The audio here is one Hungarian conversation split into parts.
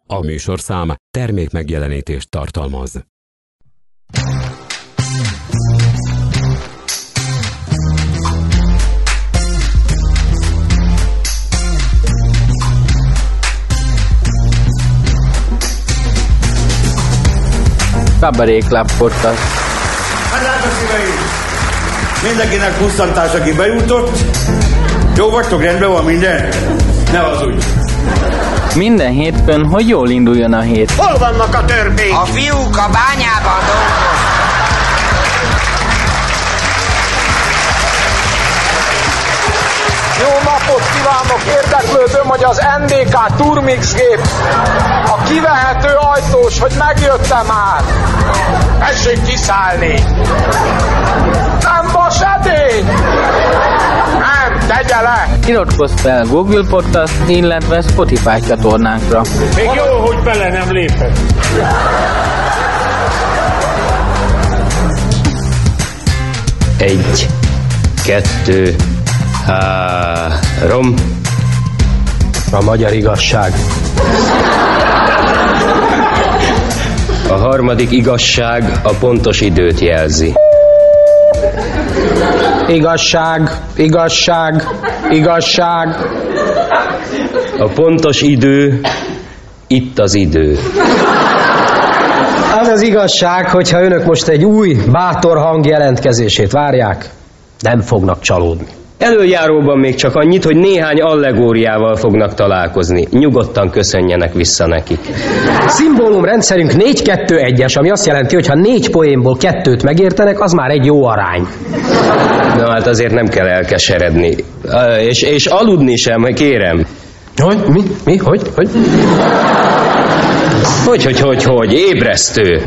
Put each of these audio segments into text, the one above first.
A műsorszám termékmegjelenítést tartalmaz. Cabaret Club Podcast. Hát látok szíveim! Mindenkinek pusztantás, aki bejutott. Jó vagytok, rendben van minden? Ne hazudj! Minden hétfőn, hogy jól induljon a hét. Hol vannak a törpék? A fiúk a bányában dolgoznak. Jó napot kívánok! Érdeklődöm, hogy az NDK Turmix gép a kivehető ajtós, hogy megjött-e már? Tessék kiszállni! Nem vas edény! Nem, tegye le! Iratkozz fel Google Podcast, illetve Spotify csatornánkra. Még jó, hogy bele nem lépett. Egy, kettő, három. A magyar igazság. A harmadik igazság a pontos időt jelzi. Igazság, igazság, igazság. A pontos idő, itt az idő. Az az igazság, hogyha önök most egy új, bátor hang jelentkezését várják, nem fognak csalódni. Előjáróban még csak annyit, hogy néhány allegóriával fognak találkozni. Nyugodtan köszönjenek vissza nekik. Szimbólum rendszerünk 4-2-1-es, ami azt jelenti, hogy ha 4 poénból 2-t megértenek, az már egy jó arány. Na hát azért nem kell elkeseredni. És aludni sem, kérem. Hogy? Mi? Hogy? Hogy? Ébresztő.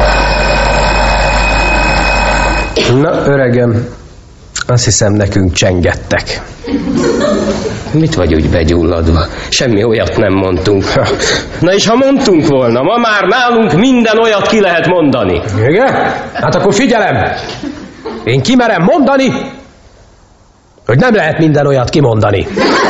Na, öregem, azt hiszem nekünk csengettek. Mit vagy úgy begyulladva? Semmi olyat nem mondtunk. Na és ha mondtunk volna, ma már nálunk minden olyat ki lehet mondani. Igen? Hát akkor figyelem! Én kimerem mondani, hogy nem lehet minden olyat kimondani.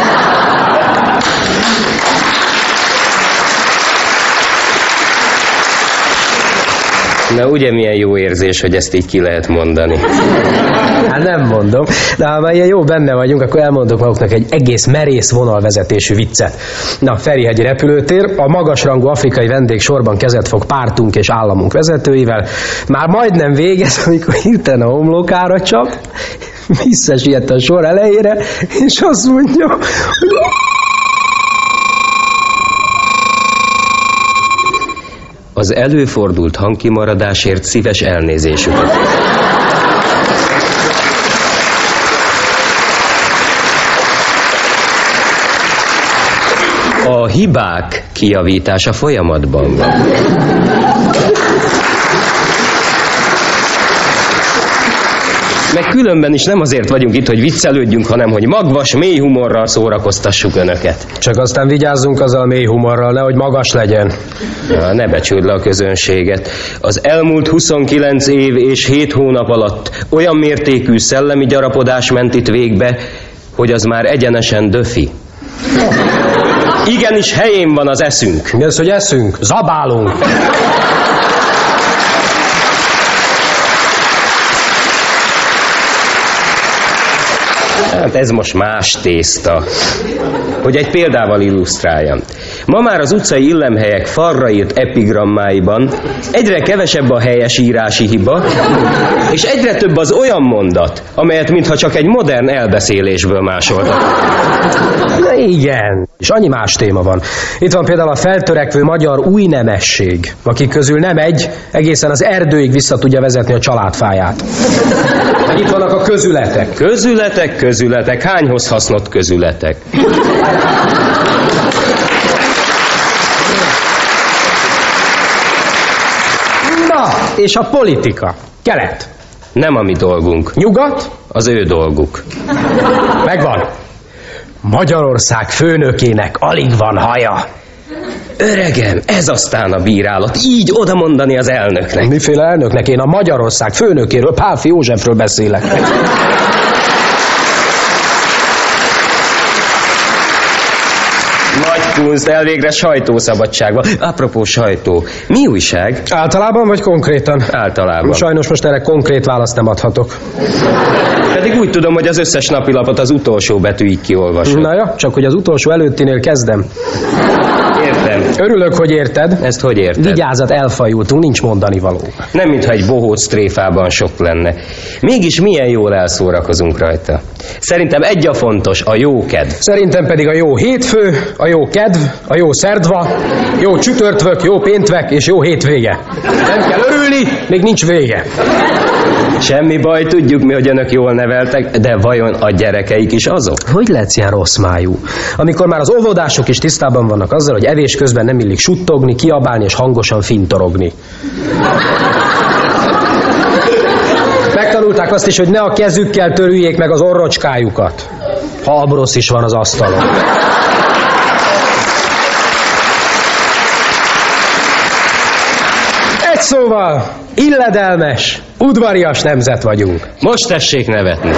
Na ugye milyen jó érzés, hogy ezt így ki lehet mondani. Hát nem mondom, de ha már ilyen jó benne vagyunk, akkor elmondok maguknak egy egész merész vonalvezetésű viccet. Na, Ferihegyi repülőtér, a magasrangú afrikai vendég sorban kezet fog pártunk és államunk vezetőivel. Már majdnem végez, amikor hirtelen a homlokára csap, visszasiet a sor elejére, és azt mondja, hogy... Az előfordult hangkimaradásért szíves elnézésüket. A hibák kijavítása folyamatban van. Meg különben is nem azért vagyunk itt, hogy viccelődjünk, hanem hogy magvas, mély humorral szórakoztassuk önöket. Csak aztán vigyázzunk azzal mély humorral, nehogy magas legyen. Ja, ne becsüld le a közönséget. Az elmúlt 29 év és 7 hónap alatt olyan mértékű szellemi gyarapodás ment itt végbe, hogy az már egyenesen döfi. Igenis helyén van az eszünk. Mi az, hogy eszünk? Zabálunk. Hát ez most más tészta. Hogy egy példával illusztráljam. Ma már az utcai illemhelyek falra írt epigrammáiban egyre kevesebb a helyesírási hiba, és egyre több az olyan mondat, amelyet mintha csak egy modern elbeszélésből másoltak. Na igen, és annyi más téma van. Itt van például a feltörekvő magyar új nemesség, akik közül nem egy egészen az erdőig vissza tudja vezetni a családfáját. Meg itt vannak a közületek. Közületek, hányhoz hasznot közületek? Na, és a politika. Kelet. Nem a mi dolgunk. Nyugat. Az ő dolguk. Megvan. Magyarország főnökének alig van haja. Öregem, ez aztán a bírálat. Így oda mondani az elnöknek. Miféle elnöknek? Én a Magyarország főnökéről, Pálffy Józsefről beszélek. Majd Kunst, elvégre sajtószabadság van. Apropó sajtó, mi újság? Általában vagy konkrétan? Általában. Sajnos most erre konkrét választ nem adhatok. Pedig úgy tudom, hogy az összes napilapot az utolsó betűig kiolvasod. Na ja, csak hogy az utolsó előttinél kezdem. Értem. Örülök, hogy érted. Ezt hogy érted? Vigyázat, elfajultunk, nincs mondani való. Nem, mintha egy bohóc tréfában sok lenne. Mégis milyen jól elszórakozunk rajta. Szerintem egy a fontos, a jó kedv. Szerintem pedig a jó hétfő, a jó kedv, a jó szerdva, jó csütörtvök, jó péntek és jó hétvége. Nem kell örülni, még nincs vége. Semmi baj, tudjuk mi, hogy önök jól neveltek, de vajon a gyerekeik is azok? Hogy lehetsz ilyen rossz májú? Amikor már az óvodások is tisztában vannak azzal, hogy evés közben nem illik suttogni, kiabálni és hangosan fintorogni. Megtanulták azt is, hogy ne a kezükkel törüljék meg az orrocskájukat, ha abrosz is van az asztalon. Egy szóval, illedelmes, udvarias nemzet vagyunk. Most tessék nevetni.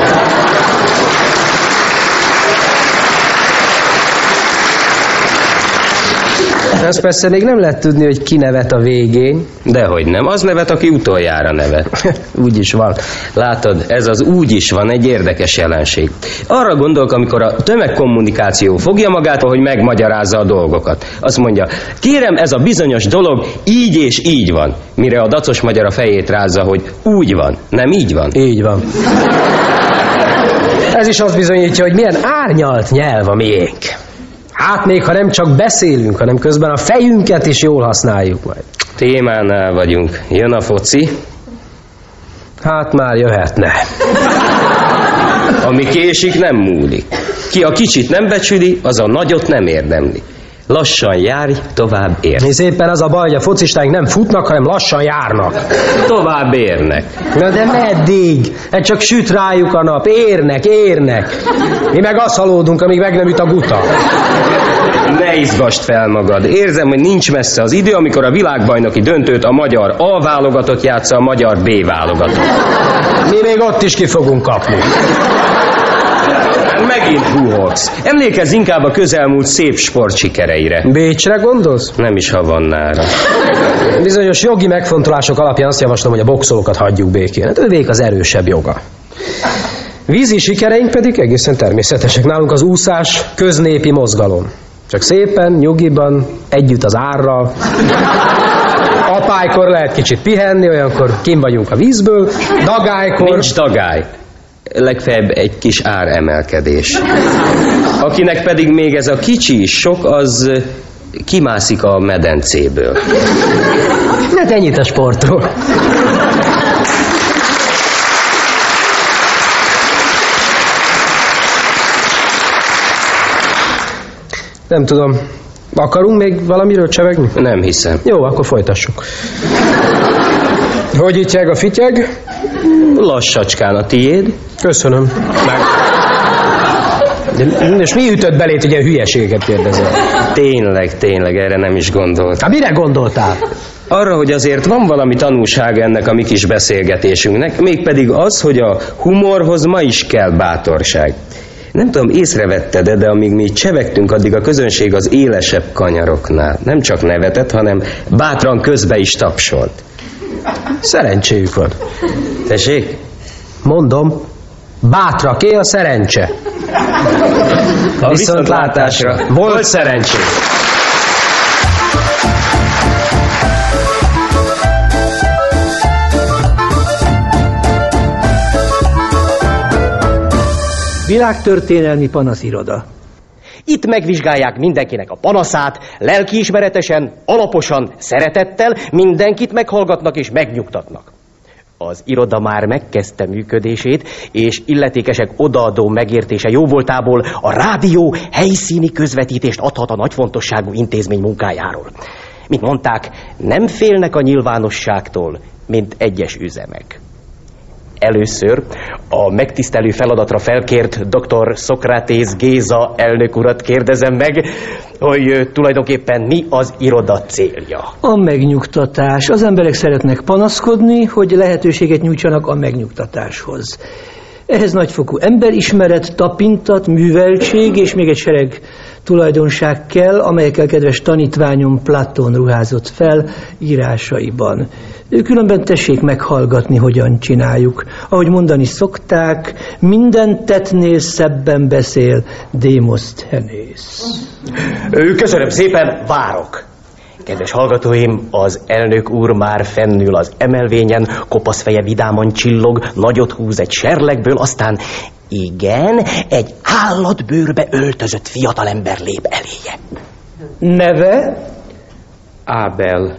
Ez persze még nem lehet tudni, hogy ki nevet a végén. Dehogy nem, az nevet, aki utoljára nevet. Úgy is van. Látod, ez az úgy is van egy érdekes jelenség. Arra gondolok, amikor a tömegkommunikáció fogja magát, hogy megmagyarázza a dolgokat. Azt mondja, kérem, ez a bizonyos dolog így és így van. Mire a dacos magyar a fejét rázza, hogy úgy van, nem így van. Így van. Ez is azt bizonyítja, hogy milyen árnyalt nyelv a miénk. Hát még ha nem csak beszélünk, hanem közben a fejünket is jól használjuk majd. Témánál vagyunk. Jön a foci? Hát már jöhetne. Ami késik, nem múlik. Ki a kicsit nem becsüli, az a nagyot nem érdemli. Lassan járj, tovább ér. És éppen az a baj, hogy a focistáink nem futnak, hanem lassan járnak. Tovább érnek. Na de meddig? Hát csak süt rájuk a nap. Érnek. Mi meg asszalódunk, amíg meg nem üt a guta. Ne izgasd fel magad. Érzem, hogy nincs messze az idő, amikor a világbajnoki döntőt a magyar A válogatott játsza a magyar B válogatott. Mi még ott is ki fogunk kapni. Megint húhogsz. Emlékezz inkább a közelmúlt szép sportsikereire. Bécsre gondolsz? Nem is Havannára. Bizonyos jogi megfontolások alapján azt javaslom, hogy a boxolókat hagyjuk békén. Hát ővék az erősebb joga. Vízi sikereink pedig egészen természetesek. Nálunk az úszás köznépi mozgalom. Csak szépen, nyugiban, együtt az árral. Apálykor lehet kicsit pihenni, olyankor kint vagyunk a vízből. Dagálykor... Nincs dagály. Legfeljebb egy kis áremelkedés. Akinek pedig még ez a kicsi is sok, az kimászik a medencéből. Hát ennyit a sportról. Nem tudom, akarunk még valamiről csevegni? Nem hiszem. Jó, akkor folytassuk. Hogy ityeg a fityeg? Lassacskán, a tiéd. Köszönöm. És mi ütött belét, hogy ilyen hülyeséget kérdezel? Tényleg, erre nem is gondoltam. Hát mire gondoltál? Arra, hogy azért van valami tanúsága ennek a mi kis beszélgetésünknek, mégpedig az, hogy a humorhoz ma is kell bátorság. Nem tudom, észrevetted-e, de amíg mi csevegtünk, addig a közönség az élesebb kanyaroknál nem csak nevetett, hanem bátran közbe is tapsolt. Szerencséjük van. Tessék? Mondom, bátraké a szerencse. A viszontlátásra. Volt szerencsé. Világtörténelmi panasziroda. Itt megvizsgálják mindenkinek a panaszát, lelkiismeretesen, alaposan, szeretettel, mindenkit meghallgatnak és megnyugtatnak. Az iroda már megkezdte működését, és illetékesek odaadó megértése jóvoltából a rádió helyszíni közvetítést adhat a nagyfontosságú intézmény munkájáról. Mint mondták, nem félnek a nyilvánosságtól, mint egyes üzemek. Először a megtisztelő feladatra felkért dr. Szokratész Géza elnök urat kérdezem meg, hogy tulajdonképpen mi az iroda célja. A megnyugtatás. Az emberek szeretnek panaszkodni, hogy lehetőséget nyújtsanak a megnyugtatáshoz. Ehhez nagyfokú emberismeret, tapintat, műveltség és még egy sereg tulajdonság kell, amelyekkel kedves tanítványom Platón ruházott fel írásaiban. Különben tessék meghallgatni, hogyan csináljuk. Ahogy mondani szokták, minden tettnél szebben beszél Démoszthenész. Köszönöm szépen, várok. Kedves hallgatóim, az elnök úr már fennül az emelvényen, kopasz feje vidáman csillog, nagyot húz egy serlegből, aztán igen, egy állatbőrbe öltözött fiatalember lép eléje. Neve? Ábel.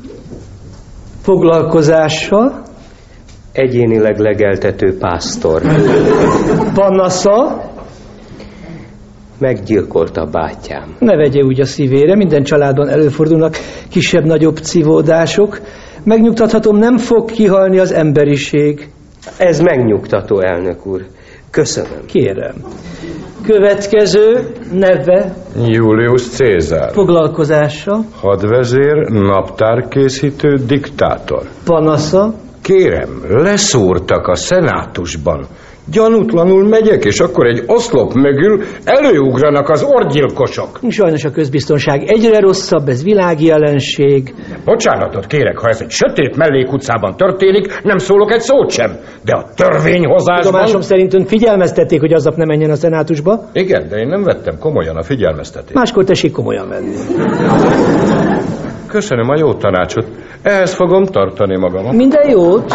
Foglalkozása? Egyénileg legeltető pásztor. Panasza? Meggyilkolta a bátyám. Ne vegye úgy a szívére, minden családban előfordulnak kisebb-nagyobb civódások. Megnyugtathatom, nem fog kihalni az emberiség. Ez megnyugtató, elnök úr. Köszönöm. Kérem. Következő neve? Julius Cézár. Foglalkozása? Hadvezér, naptárkészítő, diktátor. Panasza? Kérem, leszúrtak a szenátusban. Gyanútlanul megyek, és akkor egy oszlop mögül előugranak az orgyilkosok. Sajnos a közbiztonság egyre rosszabb, ez világi jelenség. Bocsánatot kérek, ha ez egy sötét mellékutcában történik, nem szólok egy szót sem. De a törvényhozásban... Tudomásom szerint ön figyelmeztették, hogy aznap ne menjen a szenátusba. Igen, de én nem vettem komolyan a figyelmeztetést. Máskor tessék komolyan venni. Köszönöm a jó tanácsot. Ehhez fogom tartani magamat. Minden jót.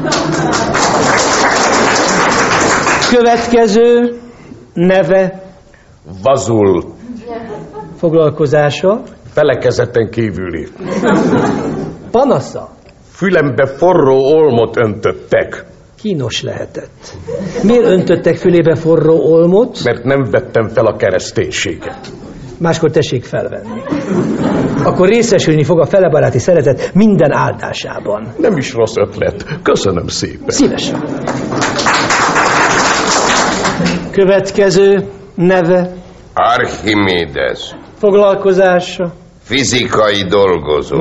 Következő neve? Vazul. Foglalkozása? Felekezeten kívüli. Panasza? Fülembe forró olmot öntöttek. Kínos lehetett. Miért öntöttek fülébe forró olmot? Mert nem vettem fel a kereszténységet. Máskor tessék felvenni. Akkor részesülni fog a felebaráti szeretet minden áldásában. Nem is rossz ötlet. Köszönöm szépen. Szívesen. Következő neve? Archimedes. Foglalkozása? Fizikai dolgozó.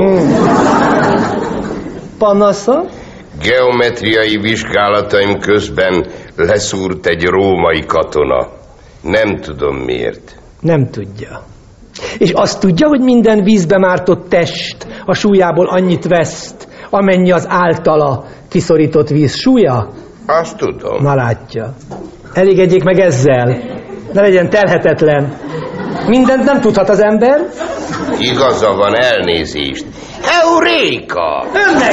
Panasza? Geometriai vizsgálataim közben leszúrt egy római katona. Nem tudom miért. Nem tudja. És azt tudja, hogy minden vízbe mártott test a súlyából annyit veszt, amennyi az általa kiszorított víz súlya? Azt tudom. Na látja. Elégedjék meg ezzel. Ne legyen telhetetlen. Mindent nem tudhat az ember. Igaza van, elnézést. Euréka! Önnek!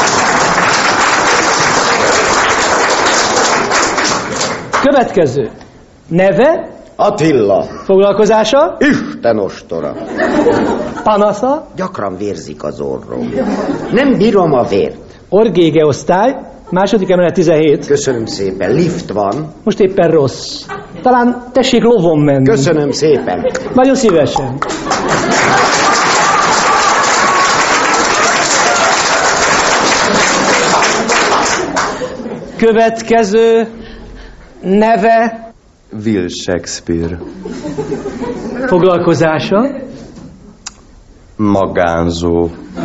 Következő. Neve? Attila. Foglalkozása? Isten ostora. Panasza? Gyakran vérzik az orrom. Nem bírom a vért. Orgége osztály, második emelet 17. Köszönöm szépen, lift van. Most éppen rossz. Talán tessék lovon menni. Köszönöm szépen. Nagyon szívesen. Következő neve? Will Shakespeare. Foglalkozása? Magánzó.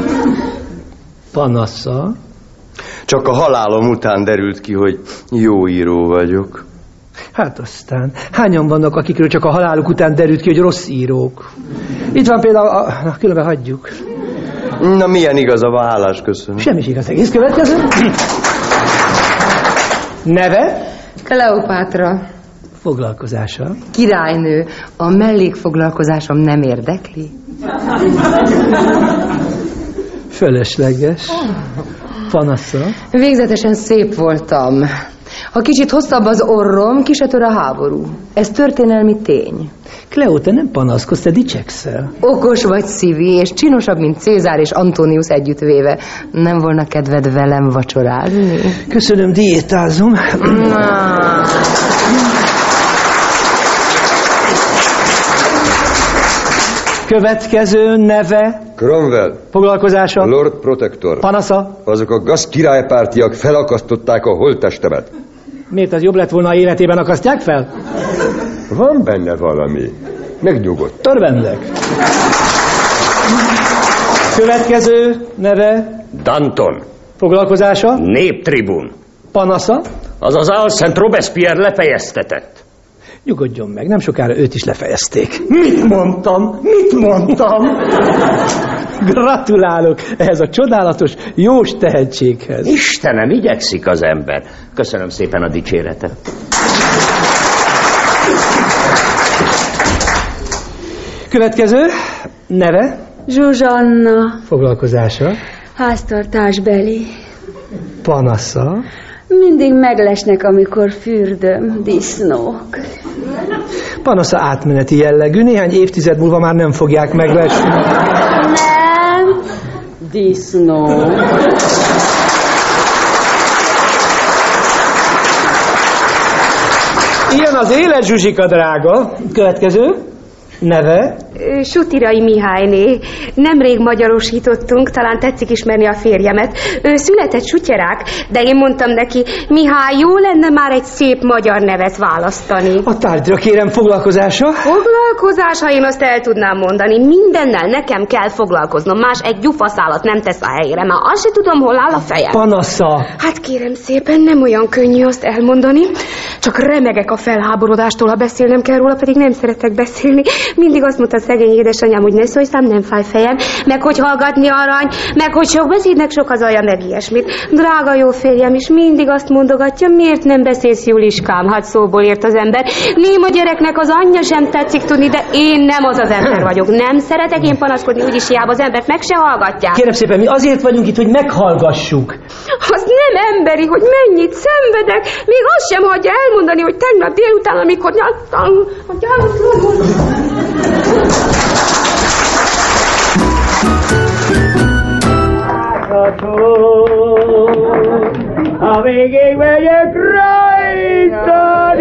Panasza? Csak a halálom után derült ki, hogy jó író vagyok. Hát aztán, hányan vannak, akikről csak a haláluk után derült ki, hogy rossz írók? Itt van például, na különben hagyjuk. Na milyen igaza van, hálás köszönöm. Semmi igaz, egész következő. Neve? Kleopátra. Foglalkozása? Királynő. A mellékfoglalkozásom nem érdekli? Fölösleges. Panasza? Végzetesen szép voltam. Ha kicsit hosszabb az orrom, ki se tör a háború. Ez történelmi tény. Kleó, te nem panaszkodsz, te dicsekszel. Okos vagy, Szívi, és csinosabb, mint Cézár és Antonius együttvéve. Nem volna kedved velem vacsorázni? Köszönöm, diétázom. Következő neve? Cromwell. Foglalkozása? Lord Protector. Panasza? Azok a gaz királypártiak felakasztották a holttestemet. Miért az jobb lett volna, ha életében akasztják fel? Van benne valami. Megnyugodt. Örvendek. Következő neve? Danton. Foglalkozása? Néptribun. Panasza? Azaz álszent Robespierre lefejeztetett. Nyugodjon meg, nem sokára őt is lefejezték. Mit mondtam? Gratulálok ehhez a csodálatos, jós tehetséghez. Istenem, igyekszik az ember. Köszönöm szépen a dicséretet. Következő, neve? Zsuzsanna. Foglalkozása? Háztartásbeli. Panasza? Mindig meglesnek, amikor fürdöm, disznók. Panasza átmeneti jellegű, néhány évtized múlva már nem fogják meglesni. Nem, disznó. Ilyen az élet, Zsuzsika drága. Következő, neve? Sutirai Mihályné. Nemrég magyarosítottunk, talán tetszik ismerni a férjemet. Ő született sutyerák, de én mondtam neki, Mihály, jó lenne már egy szép magyar nevet választani. A tárgyra kérem, foglalkozása? Foglalkozás, ha én azt el tudnám mondani. Mindennel nekem kell foglalkoznom. Más egy gyufaszálat nem tesz a helyére. Már azt se tudom, hol áll a fejem. Panasza! Hát kérem szépen, nem olyan könnyű azt elmondani. Csak remegek a felháborodástól, ha beszélnem kell róla, pedig nem szeretek beszélni. Mindig azt mondta szegény édesanyám, hogy ne szólj szám, nem fáj fejem, meg hogy hallgatni arany, meg hogy sok beszédnek sok az alja, meg ilyesmit. Drága jó férjem is mindig azt mondogatja, miért nem beszélsz, Juliskám, hát szóból ért az ember. Néma gyereknek az anyja sem tetszik tudni, de én nem az az ember vagyok. Nem szeretek én panaszkodni, úgyis hiába az embert meg se hallgatják. Kérem szépen, mi azért vagyunk itt, hogy meghallgassuk. Az nem emberi, hogy mennyit szenvedek, még azt sem hagyja elmondani, hogy tegnap délután, amikor nyattam, a végig megyek rajtad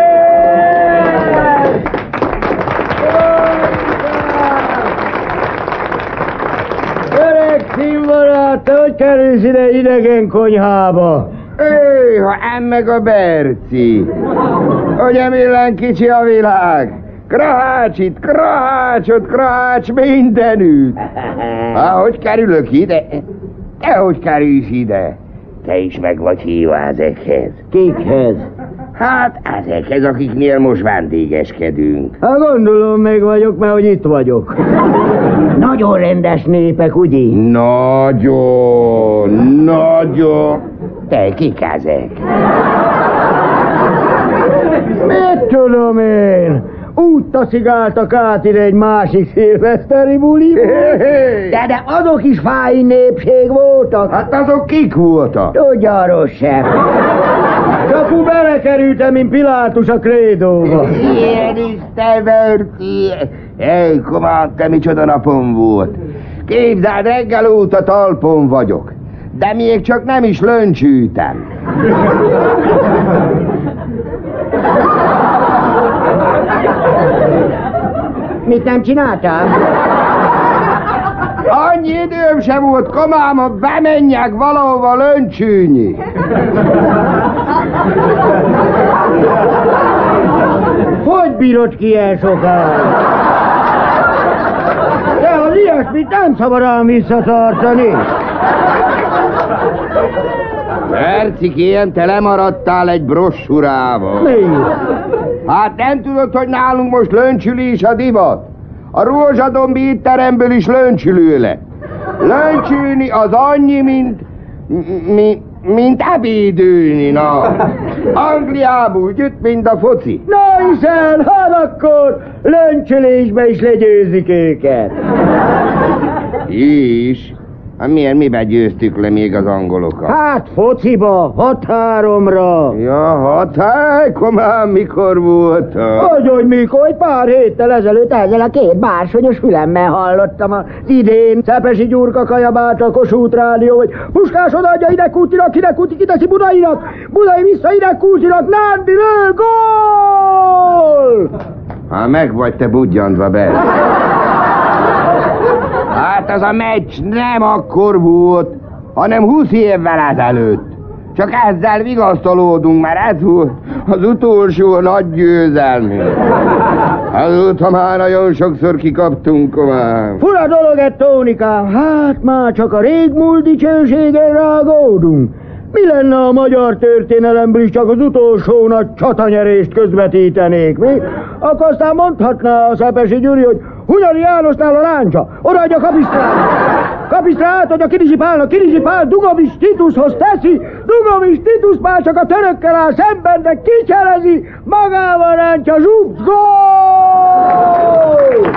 Öreg színvarát, te hogy kerülsz ide idegen konyhába? Ha meg a Berci. Ugye milyen kicsi a világ? Krahács itt, krahács mindenütt. Hogy kerülök ide? Te hogy kerülsz ide? Te is meg vagy hívva ezekhez. Kikhez? Hát ezekhez, akiknél most vendégeskedünk. Hát gondolom meg vagyok, mert hogy itt vagyok. Nagyon rendes népek, ugye? Nagyon. Te kik ezek? Mit tudom én? Úgy taszigáltak át ide egy másik szilveszteri buliból. De azok is fáj népség voltak. Hát azok kik voltak? Tudja arról sem. Csak úgy belekerültem, mint Pilátus a krédóba. Ilyen is te, Berci. Komán, te micsoda napom volt. Képzeld, reggel óta talpon vagyok. De még csak nem is löncsültem. Mit nem csináltál? Annyi időm sem volt, komám, ha bemenjek valahova löncsülni. Hogy bírod ki ilyen sokáig? De az ilyesmit nem szabad ám visszatartani. Bercikén, te lemaradtál egy brossúrával. Mi? Hát nem tudod, hogy nálunk most löncsülés a divat? A Rózsadombi étteremből is löncsülő lett. Löncsülni az annyi, mint ebédülni, na. Angliából úgy üt, mint a foci. Na hiszen, hát akkor löncsülésbe is legyőzik őket. És? Hát miben győztük le még az angolokat? Hát fociba, 6-3-ra. Ja, 6-3, komám, mikor voltak? Hogy mikor? Egy pár héttel ezelőtt ezzel a két bársonyos fülemmel hallottam az idén. Szepesi Gyurka kajabált a Kossuth Rádió, hogy Puskás odaadja Ideg-Kútinak, Ideg-Kúti kiteszi Budainak, Budai vissza Ideg-Kútinak, Nándi lő, gól! Hát meg vagy te budjantva be. Hát az a meccs nem akkor volt, hanem 20 évvel ezelőtt. Csak ezzel vigasztalódunk, mert ez volt az utolsó nagy győzelmünk. Azóta már nagyon sokszor kikaptunk, komám. Fura dolog, Tónikám, hát már csak a régmúlt dicsőségen rágódunk. Mi lenne a magyar történelemből is csak az utolsó nagy csatanyerést közvetítenék, mi? Akkor aztán mondhatná a Szepesi Gyuri, hogy Hunyadi Jánosnál a láncsa, odaadja Kapisztrát. Kapisztrát, hogy a Kinizsi Pálnak, Kinizsi Pál Dugovics Titushoz teszi, Dugovics Titus már csak a törökkel áll szemben, de kicselezi, magával rántja, zsúcs, gól!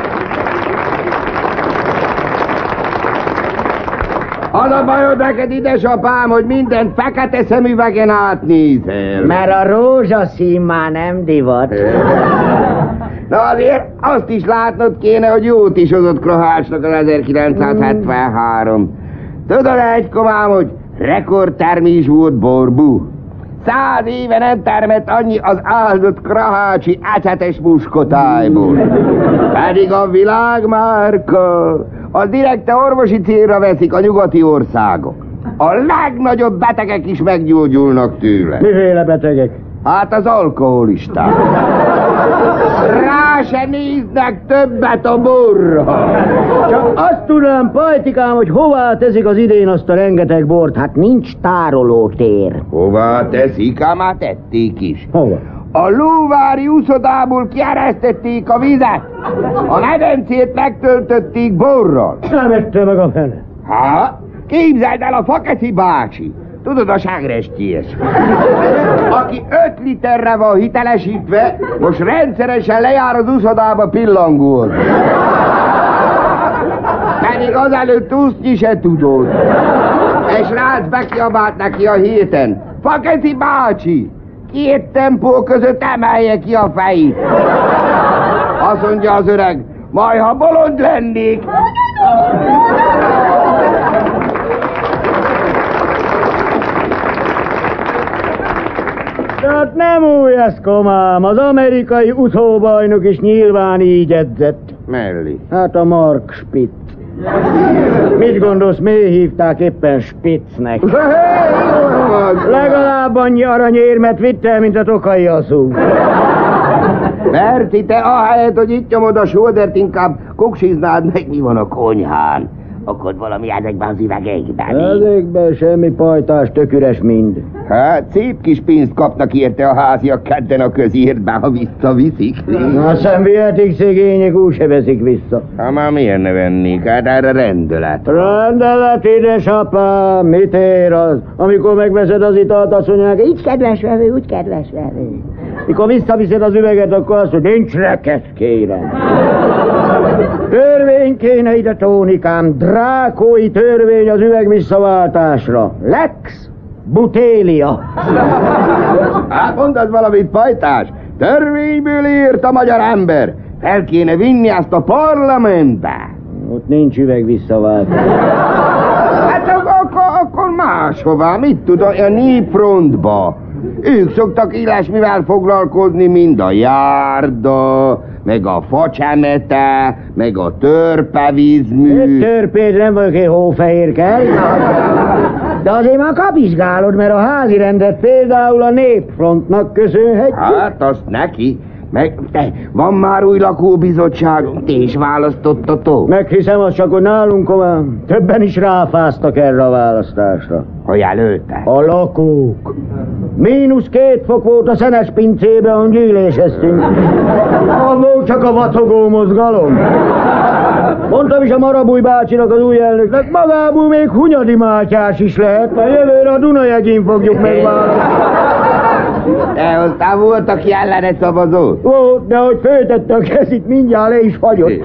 Az a bajod neked, édesapám, hogy mindent fekete szemüvegen átnézel. Mert a rózsaszín már nem divat. Na azért azt is látnod kéne, hogy jót is hozott Krahácsnak az 1973. Tudod egy komám, hogy rekordtermés volt borbú. 100 éve nem termett annyi az áldott krahácsi ecetes muskotájból. Pedig a világmárka, a direkte orvosi célra veszik a nyugati országok. A legnagyobb betegek is meggyógyulnak tőle. Miféle betegek? Hát az alkoholisták. Rá se néznek többet a borra. Csak azt tudnám, Pajtikám, hogy hová teszik az idén azt a rengeteg bort? Hát nincs tárolótér. Hová teszik? Ám már tették is. Hova? A lóvári úszodából kieresztették a vizet. A medencét megtöltötték borral. Nem ette meg a fene. Hát, képzeld el a Fakeci bácsi. Tudod, a Ságrestjés. Aki 5 literre van hitelesítve, most rendszeresen lejár az úszodába pillangót. Pedig azelőtt úszni se tudod. És rác bekiabált neki a héten. Fakeci bácsi, 2 tempó között emelje ki a fejét. Azt mondja az öreg, majd ha bolond lennék. Tehát nem új ez, komám, az amerikai úszóbajnok is nyilván így edzett. Melli. Hát a Mark Spitz. Mit gondolsz, miért hívták éppen Spitznek? Legalább annyi aranyérmet vitt el, mint a Tokai asszú. Berti, te ahelyett, hogy itt nyomod a sódert, inkább koksiznád meg, mi van a konyhán. Akad valami ezekben az üvegekben. Ezekben semmi pajtás, tök üres mind. Hát szép kis pénzt kapnak érte a háziak kedden a közértbe, ha visszaviszik. Aztán vihetik szegények, úgy se veszik vissza. Ha már miért ne vennék? Hát erre rendelet. Rendelet, édesapám, mit ér az? Amikor megveszed az italt, azt mondják, így kedves vevő, úgy kedves vevő. Mikor visszaviszed az üveget, akkor azt mondja, nincs rekesz, kérem. Törvény kéne ide, Tónikám, drákói törvény az üveg visszaváltásra. Lex Butélia. Hát mondod valamit, pajtás? Törvényből írt a magyar ember. Fel kéne vinni azt a parlamentbe. Ott nincs üveg visszaváltás. Hát akkor máshová, mit tudom, a Népfrontba. Ők szoktak ilyesmivel foglalkozni, mind a járda, meg a facsemete, meg a törpevízmű. Törpéd nem vagyok egy hófehérke. De azért már kapizsgálod, mert a házi rendet például a Népfrontnak köszönhet. Hát azt neki. Meg van már új lakóbizottságunk, ti is választottatok? Meghiszem, az csak, hogy nálunk komám. Többen is ráfáztak erre a választásra. Hogy jelöltek? A lakók. -2 fok volt a Szenes pincébe, ahol gyűléseztünk. Volt csak a vatogó mozgalom. Mondtam is a Marabúj bácsinak, az új elnöknek, magából még Hunyadi Mátyás is lehet, mert jövőre a Dunajegén fogjuk megválasztani. De aztán volt, aki ellene szavazott? Volt, de hogy föltette a kezét, mindjárt le is fagyott.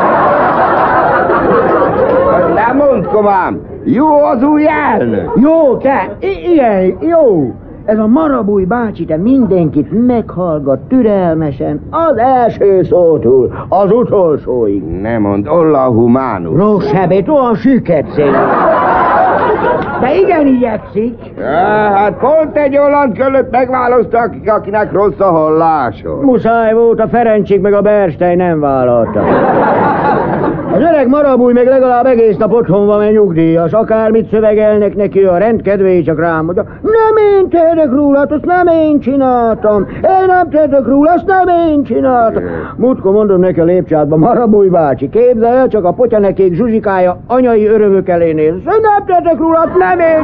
De mondd, komám, jó az új elnök? Jó, te, igen, jó. Ez a Marabúj bácsi, te mindenkit meghallgat türelmesen, az első szótól az utolsóig. Ne mondd, olla humánus. Rossz sebét, olyan süket szél. De igen igyekszik. Hát pont egy olyan kölött megválasztak, akinek rossz a hallása. Muszáj volt, a Ferencsik meg a Bernstein nem vállalta. Az öreg marabúj meg legalább egész nap otthon van, mert nyugdíjas. Akármit szövegelnek neki, a rendkedvély csak rám mondja. Nem én tehetek róla, azt nem én csináltam. Én nem tehetek róla, azt nem én csináltam. Múltkor mondom neki a lépcsátban, Marabúj bácsi, képzelj el, csak a potyanekék zsuzsikája anyai örömök elé néz. Én nem tehetek róla, azt nem én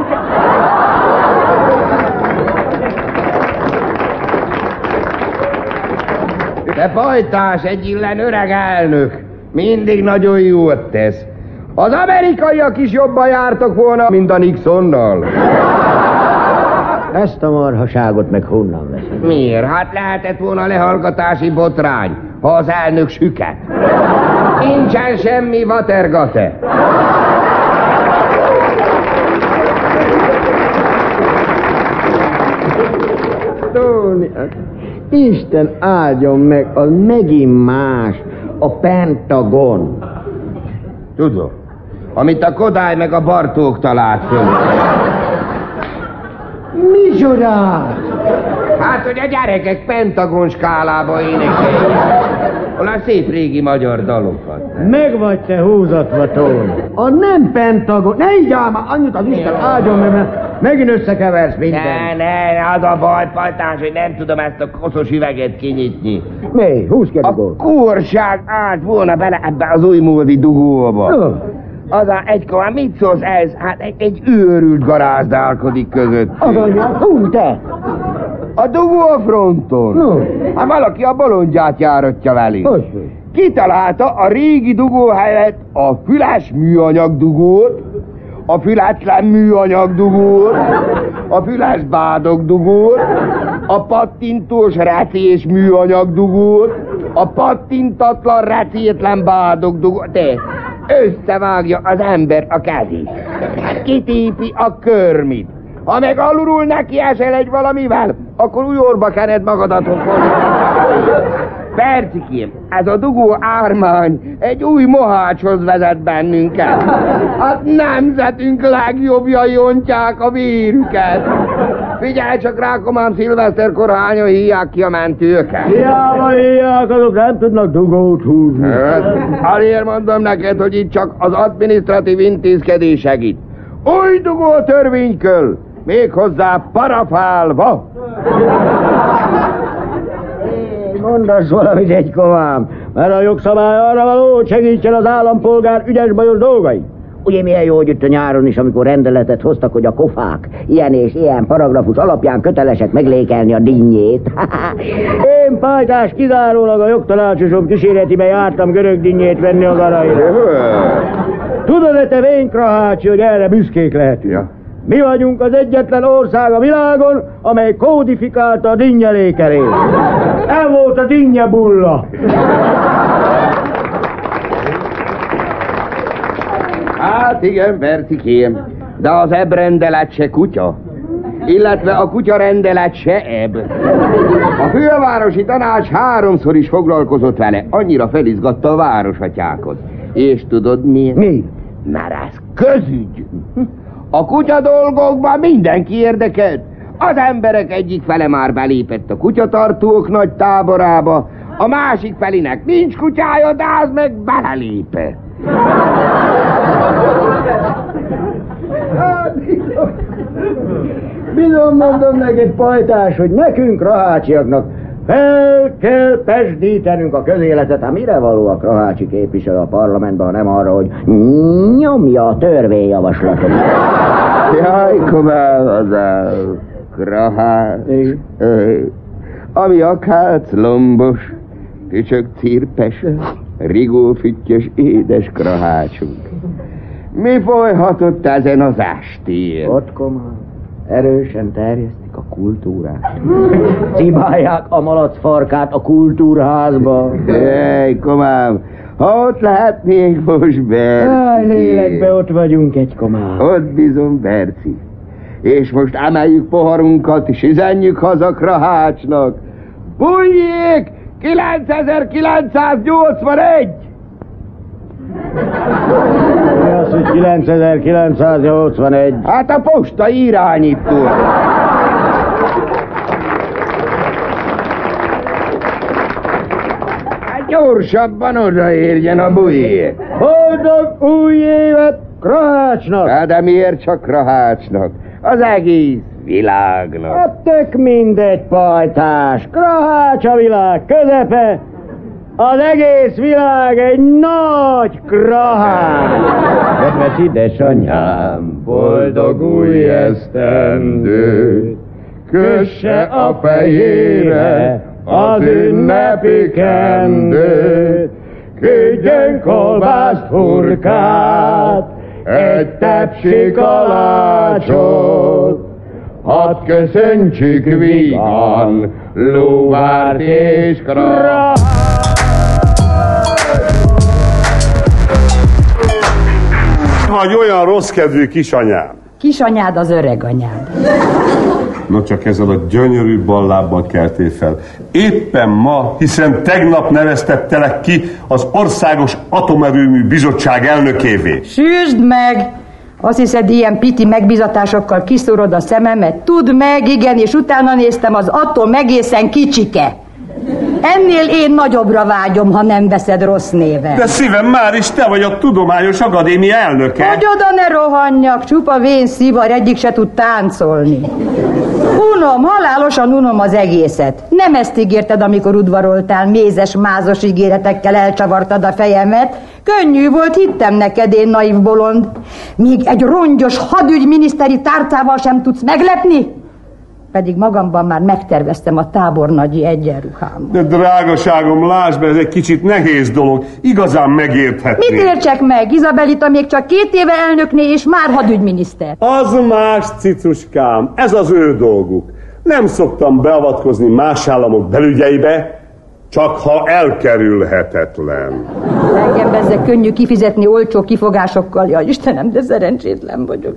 De pajtás, egy illen öreg elnök. Mindig nagyon jót tesz. Az amerikaiak is jobban jártak volna, mint a Nixonnal. Ezt a marhaságot meg honnan veszed? Miért? Hát lehetett volna lehallgatási botrány, ha az elnök süket. Nincsen semmi vatergate. Tóni, Isten áldjon meg, az megint más. A Pentagon. Tudom, amit a Kodály meg a Bartók talált föl. Micsodát? Hát, hogy a gyerekek Pentagon skálába énekeljék. Olyan szép régi magyar dalokat. Meg vagy te húzatva, Tóni. A nem Pentagon. Ne így áll már, annyit az Isten áldjon meg, mert megint összekeversz mindent. Ne, az a baj, pajtás, hogy nem tudom ezt a koszos üveget kinyitni. Mi? Húzd ki a dugót. A kurság állt volna bele ebbe az újmódi dugóba. Az a egykor, mit szólsz ez? Hát egy őrült garázdálkodik között. Az anyja, te? A dugó a fronton. Hát valaki a bolondját járatja velé. Kitalálta a régi dugó helyett a füles műanyag dugót, a fületlen műanyag dugót, a füles bádog dugót, a pattintós recés műanyag dugót, a pattintatlan recétlen bádog dugót. De összevágja az ember a kezét. Kitípi a körmit. Ha meg alulul neki esel egy valamivel, akkor új orba kened magadat. Percikém, ez a dugó ármány egy új mohácshoz vezet bennünket. A nemzetünk legjobbjai ontják a vérüket. Figyelj csak rá, komám, szilveszterkor hányan híják ki a mentőket. Hiába híják, azok nem tudnak dugót húzni. Azért mondom neked, hogy itt csak az adminisztratív intézkedés segít. Új dugó törvényköl, méghozzá parafálva. Mondasz valamit, egy komám, mert a jogszabály arra való, hogy segítsen az állampolgár ügyes bajos dolgai. Ugye milyen jó, hogy itt a nyáron is, amikor rendeletet hoztak, hogy a kofák ilyen és ilyen paragrafus alapján kötelesek meglékelni a dinnyét. Én, pajtás, kizárólag a jogtanácsosom kísérletében jártam görög dinnyét venni a garaira. Tudod-e te vénykrahácsi, hogy erre büszkék lehetünk? Ja. Mi vagyunk az egyetlen ország a világon, amely kódifikálta a dinnyelékelést. El volt a dinnyebulla. Hát igen, Bercikém, de az ebb rendelet se kutya, illetve a kutya rendelet se ebb. A fővárosi tanács 3-szor is foglalkozott vele, annyira felizgatta a városatyákot. És tudod miért? Mi? Mert ez közügy. A kutya dolgokban mindenki érdekelt. Az emberek egyik fele már belépett a kutyatartók nagy táborába, a másik felének nincs kutyája, de az meg belelépett. Bizony mondom neked, pajtás, hogy nekünk, rahácsiaknak fel kell pesdítenünk a közéletet. Hát mire való a rahácsi képviselő a parlamentben, nem arra, hogy nyomja a törvényjavaslatot. Jaj, komám, az a krahác, ami akác lombos, tücsök cirpes, rigófüttyös édes krahácsunk. Mi folyhatott ezen az estén? Ott, komám, erősen terjesztik a kultúrát. Cibálják a malac farkát a kultúrházba. Ej, komám, ha ott lehetnénk most, Berci. Jaj, lélekbe ott vagyunk, egy komám. Ott bizony, Berci. És most emeljük poharunkat, és üzenjük haza Krahácsnak. Bújjék! 9981! Mi az, hogy 9981? Hát a posta irányító. Hát gyorsabban odaérjen a bujék. Hogy Boldog új évet Krahácsnak! Hát de miért csak Krahácsnak? Az egész világnak. Hát tök mindegy, pajtás. Krahács a világ közepe. Az egész világ egy nagy krahács. Kedves édesanyám, boldog új esztendőt, kösse a fejére az ünnepi kendőt, küldjön kolbászt, hurkát, egy tepsi kalácsot, hadd köszöntsük vígan Lóvárt és Krahács. Vagy olyan rossz kedvű kisanyám. Kisanyád az öreg anyád. No csak ezzel a gyönyörű ballábbal keltél fel. Éppen ma, hiszen tegnap neveztettelek ki az Országos Atomerőmű Bizottság elnökévé. Süsd meg! Azt hiszed, ilyen piti megbizatásokkal kiszúrod a szememet? Tudd meg, igen, és utána néztem, az atom egészen kicsike. Ennél én nagyobbra vágyom, ha nem veszed rossz néven. De szívem, már is te vagy a Tudományos Akadémia elnöke. Hogy oda ne rohanjak, csupa vén szivar, egyik se tud táncolni. Unom, halálosan unom az egészet. Nem ezt ígérted, amikor udvaroltál, mézes-mázos ígéretekkel elcsavartad a fejemet. Könnyű volt, hittem neked, én naív bolond. Még egy rongyos hadügyminiszteri tárcával sem tudsz meglepni? Pedig magamban már megterveztem a tábornagyi egyenruhámat. De drágaságom, lásd be, ez egy kicsit nehéz dolog. Igazán megérthetné. Mit értsek meg? Izabelita még csak 2 éve elnökné, és már hadügyminiszter. Az más, cicuskám, ez az ő dolguk. Nem szoktam beavatkozni más államok belügyeibe, csak ha elkerülhetetlen. Engem bezzeg könnyű kifizetni olcsó kifogásokkal. Jaj, Istenem, de szerencsétlen vagyok.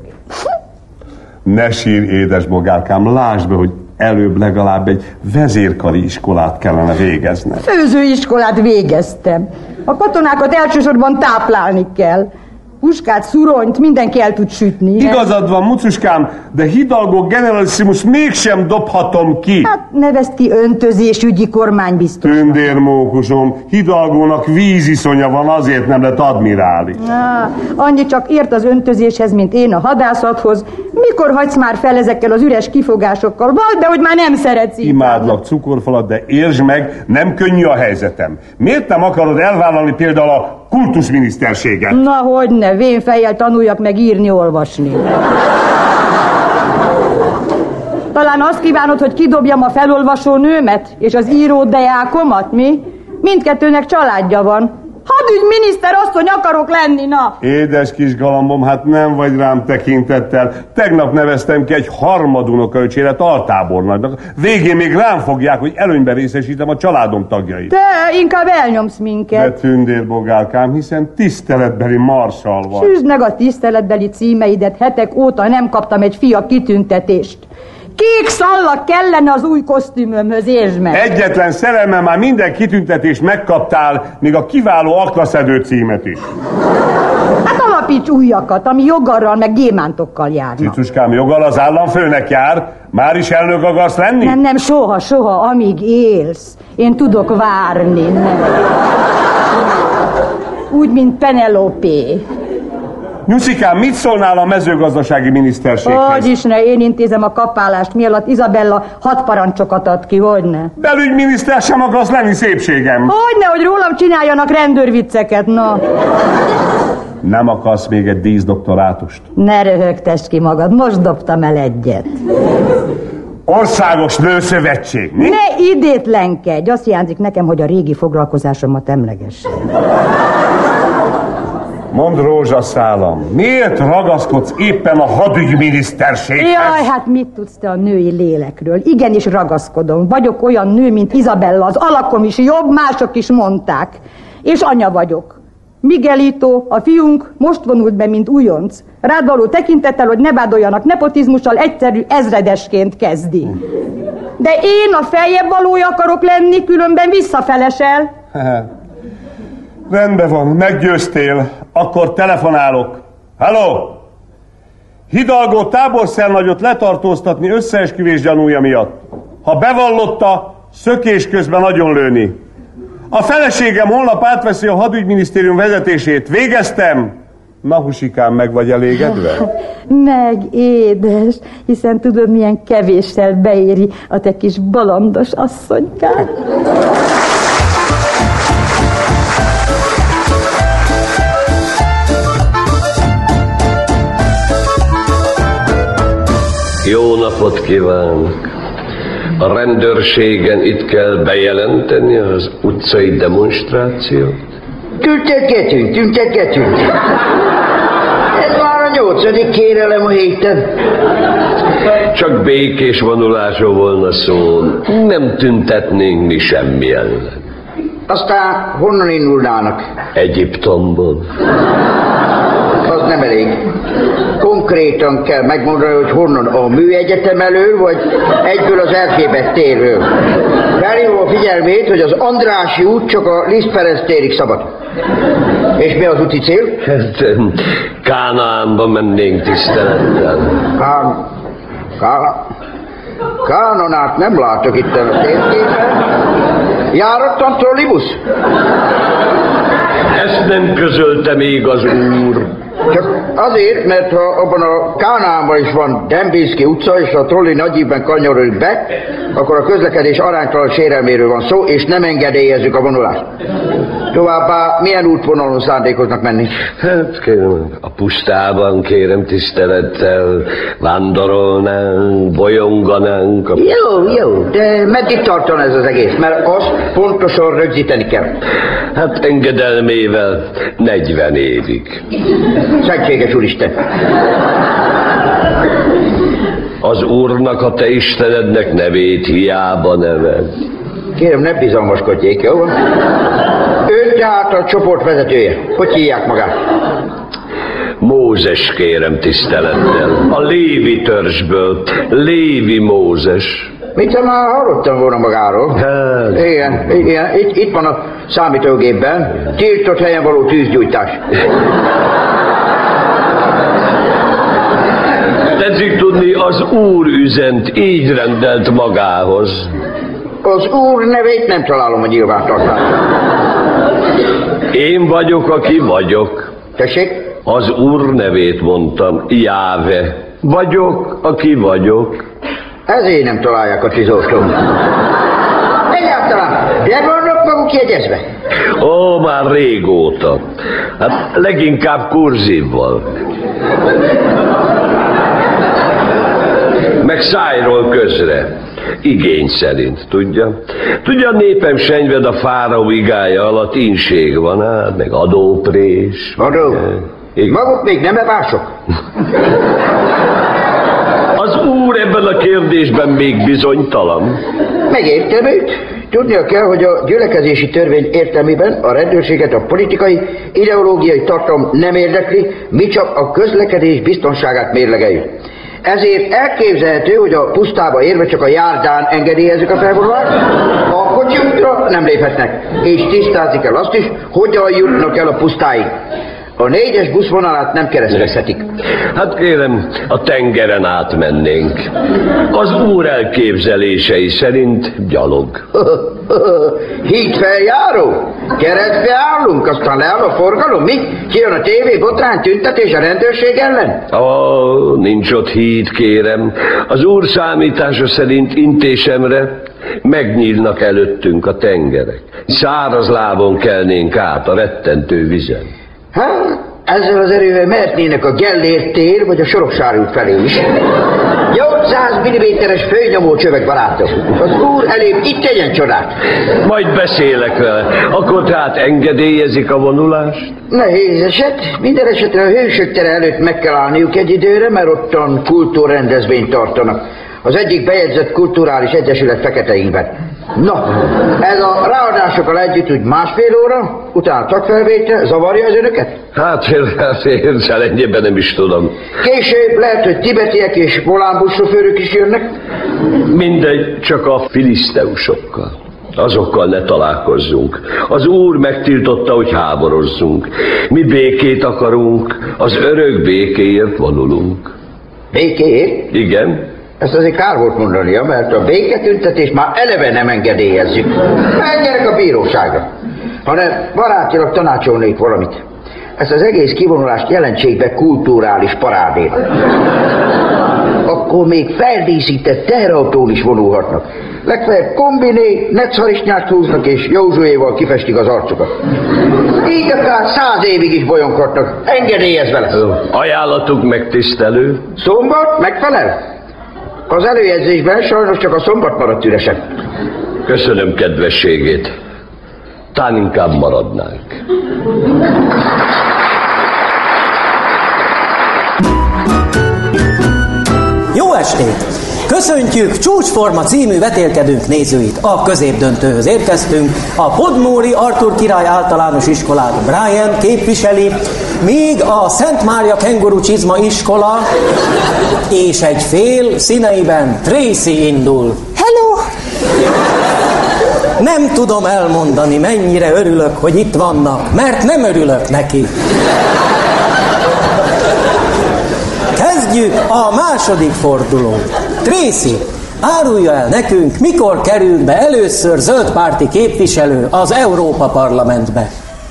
Ne sírj, édes bogárkám, lásd be, hogy előbb legalább egy vezérkari iskolát kellene végezned. Főzőiskolát végeztem. A katonákat elsősorban táplálni kell. Puskát, szuronyt mindenki el tud sütni. Igazad van, mucuskám, de Hidalgo generalissimus mégsem dobhatom ki. Hát nevezd ki öntözésügyi kormánybiztos. Tündérmókusom, Hidalgónak víziszonya van, azért nem lett admirális. Annyi csak ért az öntözéshez, mint én a hadászathoz. Mikor hagysz már fel ezekkel az üres kifogásokkal? Vald be, hogy már nem szeretsz. Imádlak cukorfalat, de értsd meg, nem könnyű a helyzetem. Miért nem akarod elvállalni például a kultuszminiszterséget? Na hogyne, vén fejjel tanuljak meg írni, olvasni. Talán azt kívánod, hogy kidobjam a felolvasó nőmet és az író deákomat, mi? Mindkettőnek családja van. Hadügyminiszter asszony akarok lenni, na! Édes kis galambom, hát nem vagy rám tekintettel. Tegnap neveztem ki egy harmadunokaöcséret altábornagynak. Végén még rám fogják, hogy előnyben részesítem a családom tagjait. Te inkább elnyomsz minket. De tündérbogálkám, hiszen tiszteletbeli marsall vagy. Süsd meg a tiszteletbeli címeidet, hetek óta nem kaptam egy fia kitüntetést. Kék szallag kellene az új kosztümömhöz, értsd meg! Egyetlen szerelme, már minden kitüntetést megkaptál, még a kiváló aknaszedő címet is. Hát alapíts újakat, ami joggarral meg gyémántokkal járnak. Cicuskám, joggal az államfőnek jár? Már is elnök akarsz lenni? Nem, soha, amíg élsz. Én tudok várni, nem. Úgy, mint Penelope. Nyuszikám, mit szólnál a mezőgazdasági miniszterséghez? Hogyis ne, én intézem a kapálást, mielőtt Izabella 6 parancsokat ad ki, hogyne? Belügyminiszter sem akarsz lenni, szépségem? Hogyne, hogy rólam csináljanak rendőrvicceket, na. Nem akarsz még egy díszdoktorátust? Ne röhögtess ki magad, most dobtam el egyet. Országos Nőszövetség, mi? Ne idétlenkedj, azt hiányzik nekem, hogy a régi foglalkozásomat emlegessem. Mondd, rózsaszálam, miért ragaszkodsz éppen a hadügyminiszterséghez? Jaj, hát mit tudsz te a női lélekről? Igenis ragaszkodom. Vagyok olyan nő, mint Izabella, az alakom is jobb, mások is mondták. És anya vagyok. Miguelito, a fiunk most vonult be, mint újonc. Rád való tekintettel, hogy ne vádoljanak nepotizmussal, egyszerű ezredesként kezdi. De én a feljebb valója akarok lenni, különben visszafelesel. Rendben van, meggyőztél. Akkor telefonálok. Halló! Hidalgo táborszernagyot letartóztatni összeesküvés gyanúja miatt. Ha bevallotta, szökés közben agyonlőni. A feleségem holnap átveszi a hadügyminisztérium vezetését. Végeztem! Na, Husikám, meg vagy elégedve? Meg, édes, hiszen tudod, milyen kevéssel beéri a te kis balandos asszonykát. Jó napot kívánok! A rendőrségen itt kell bejelenteni az utcai demonstrációt? Tüntetgetünk. Ez már a 8. kérelem a héten. Csak békés vonulásról volna szó. Nem tüntetnénk mi semmi ellen. Aztán honnan indulnának? Egyiptomból. Az nem elég. Konkrétan kell megmondani, hogy honnan, a műegyetem elől, vagy egyből az Erzsébet térről. Felhívom a figyelmét, hogy az Andrássy út csak a Liszt Ferenc térig szabad. És mi az úti cél? Kánaánba mennénk tisztelettel. Kánonát nem látok itt a térképen. Járottan trollibusz? Ezt nem közölte még az úr. Csak azért, mert ha abban a Kánaánban is van Dembinski utca, és a trolli nagyívben kanyarodik be, akkor a közlekedés aránytalan sérelméről van szó, és nem engedélyezzük a vonulást. Továbbá milyen útvonalon szándékoznak menni? Hát kérem, a pusztában kérem tisztelettel, vándorolnánk, bolyonganánk. Jó, de meddig tartana ez az egész? Mert azt pontosan rögzíteni kell. Hát engedelmével 40 évig. Szentséges Úristen! Az Úrnak, a te Istenednek nevét hiába neved. Kérem, ne bizalmaskodjék, jó? Ő tehát a csoport vezetője. Hogy hívják magát? Mózes, kérem tisztelettel. A Lévi törzsből. Lévi Mózes. Mit már hallottam volna magáról? Hát. Igen. Itt van a számítógépben. Tiltott helyen való tűzgyújtás. Tetszik tudni, az Úr üzent, így rendelt magához. Az Úr nevét nem találom a nyilvántartásban. Én vagyok, aki vagyok. Tessék? Az Úr nevét mondtam, Jáve. Vagyok, aki vagyok. Ezért nem találják a tizóstom. Egyáltalán, de vannak maguk jegyezve? Ó, már régóta. Hát leginkább kurzívval. Meg szájról közre. Igény szerint, tudja? Tudja, a népem senyved a fáraó igája alatt, ínség van, hát, meg adóprés. Adó? Maguk még nem evások? Az Úr ebben a kérdésben még bizonytalan. Megértem őt. Tudnia kell, hogy a gyülekezési törvény értelmében a rendőrséget a politikai, ideológiai tartalom nem érdekli, mi csak a közlekedés biztonságát mérlegeljük. Ezért elképzelhető, hogy a pusztába érve csak a járdán engedélyezzük a felvonulást, a kocsiukra nem léphetnek, és tisztázni kell azt is, hogyan jutnak el a pusztáig. A 4-es buszvonalát nem keresztezhetik. Hát kérem, a tengeren átmennénk. Az Úr elképzelései szerint gyalog. Hídfeljáró? Keresztbe állunk, aztán leáll a forgalom, mi? Kijön a tévé, botrány, tüntetés a rendőrség ellen? Ó, nincs ott híd, kérem. Az Úr számítása szerint intésemre megnyílnak előttünk a tengerek. Száraz lábon kelnénk át a rettentő vizen. Hát, ezzel az erővel mehetnének a Gellért tér, vagy a Soroksári út felé is. 800 mm-es főnyomó csövek, barátok. Az Úr elém itt tegyen csodát. Majd beszélek vele. Akkor tehát engedélyezik a vonulást? Nehéz eset. Minden esetre a Hősök tere előtt meg kell állniuk egy időre, mert ottan kultúrrendezvényt tartanak. Az egyik bejegyzett kulturális egyesület Feketeinkben. Na, ez a ráadásokkal együtt úgy 1,5 óra, utána tagfelvétel, zavarja az önöket? Hát én ennyiben nem is tudom. Később lehet, hogy tibetiek és volánbuszsofőrök is jönnek? Mindegy, csak a filiszteusokkal. Azokkal ne találkozzunk. Az Úr megtiltotta, hogy háborozzunk. Mi békét akarunk, az örök békéért vonulunk. Békéért? Igen. Ezt azért kár volt mondania, mert a béketüntetést már eleve nem engedélyezzük. Menjenek a bíróságra. Hanem barátilag tanácsolnék valamit. Ezt az egész kivonulást jelentsék be kulturális parádénak. Akkor még feldíszített teherautón is vonulhatnak. Legfeljebb kombiné, netszharisnyát húznak és Józsuéval kifestik az arcukat. Így akár 100 évig is bolyonghatnak. Engedélyezve lesz. Ajánlatuk megtisztelő. Szombat megfelel? Az előjegyzésben sajnos csak a szombat maradt üresen. Köszönöm kedvességét. Tán inkább maradnánk. Jó estét! Köszöntjük Csúcsforma című vetélkedőnk nézőit. A középdöntőhöz érkeztünk. A Podmóri Artur király általános iskolát Brian képviseli, míg a Szent Mária Kenguru Csizma iskola és egy fél színeiben Tracy indul. Hello! Nem tudom elmondani, mennyire örülök, hogy itt vannak, mert nem örülök neki. Kezdjük a második fordulót. Tracy, árulja el nekünk, mikor kerül be először zöldpárti képviselő az Európa Parlamentbe.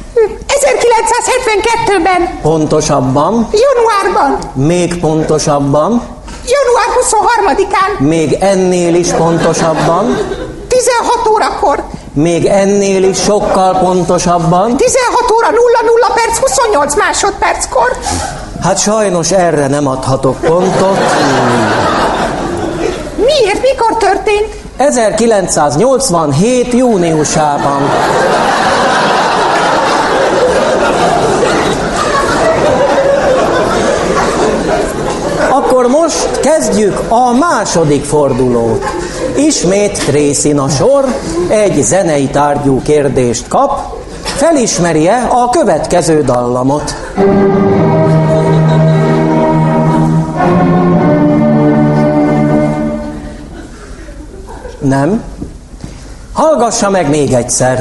1972-ben. Pontosabban? Januárban. Még pontosabban? Január 23-án. Még ennél is pontosabban? 16 órakor. Még ennél is sokkal pontosabban? 16 óra 00 perc 28 másodperckor. Hát sajnos erre nem adhatok pontot. Miért? Mikor történt? 1987. júniusában. Akkor most kezdjük a második fordulót. Ismét Tracy a sor, egy zenei tárgyú kérdést kap. Felismeri-e a következő dallamot? Nem. Hallgassa meg még egyszer.